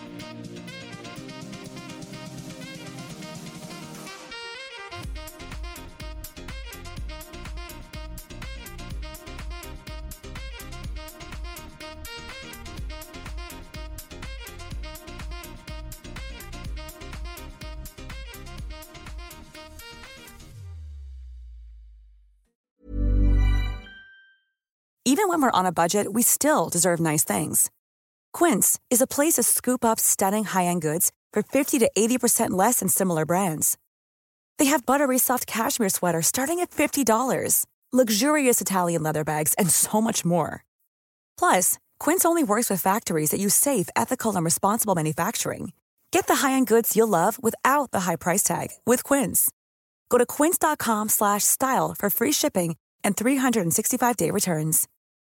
Even when we're on a budget, we still deserve nice things. Quince is a place to scoop up stunning high-end goods for fifty to eighty percent less than similar brands. They have buttery soft cashmere sweaters starting at fifty dollars, luxurious Italian leather bags, and so much more. Plus, Quince only works with factories that use safe, ethical, and responsible manufacturing. Get the high-end goods you'll love without the high price tag with Quince. Go to quince.com slash style for free shipping and three sixty-five day returns.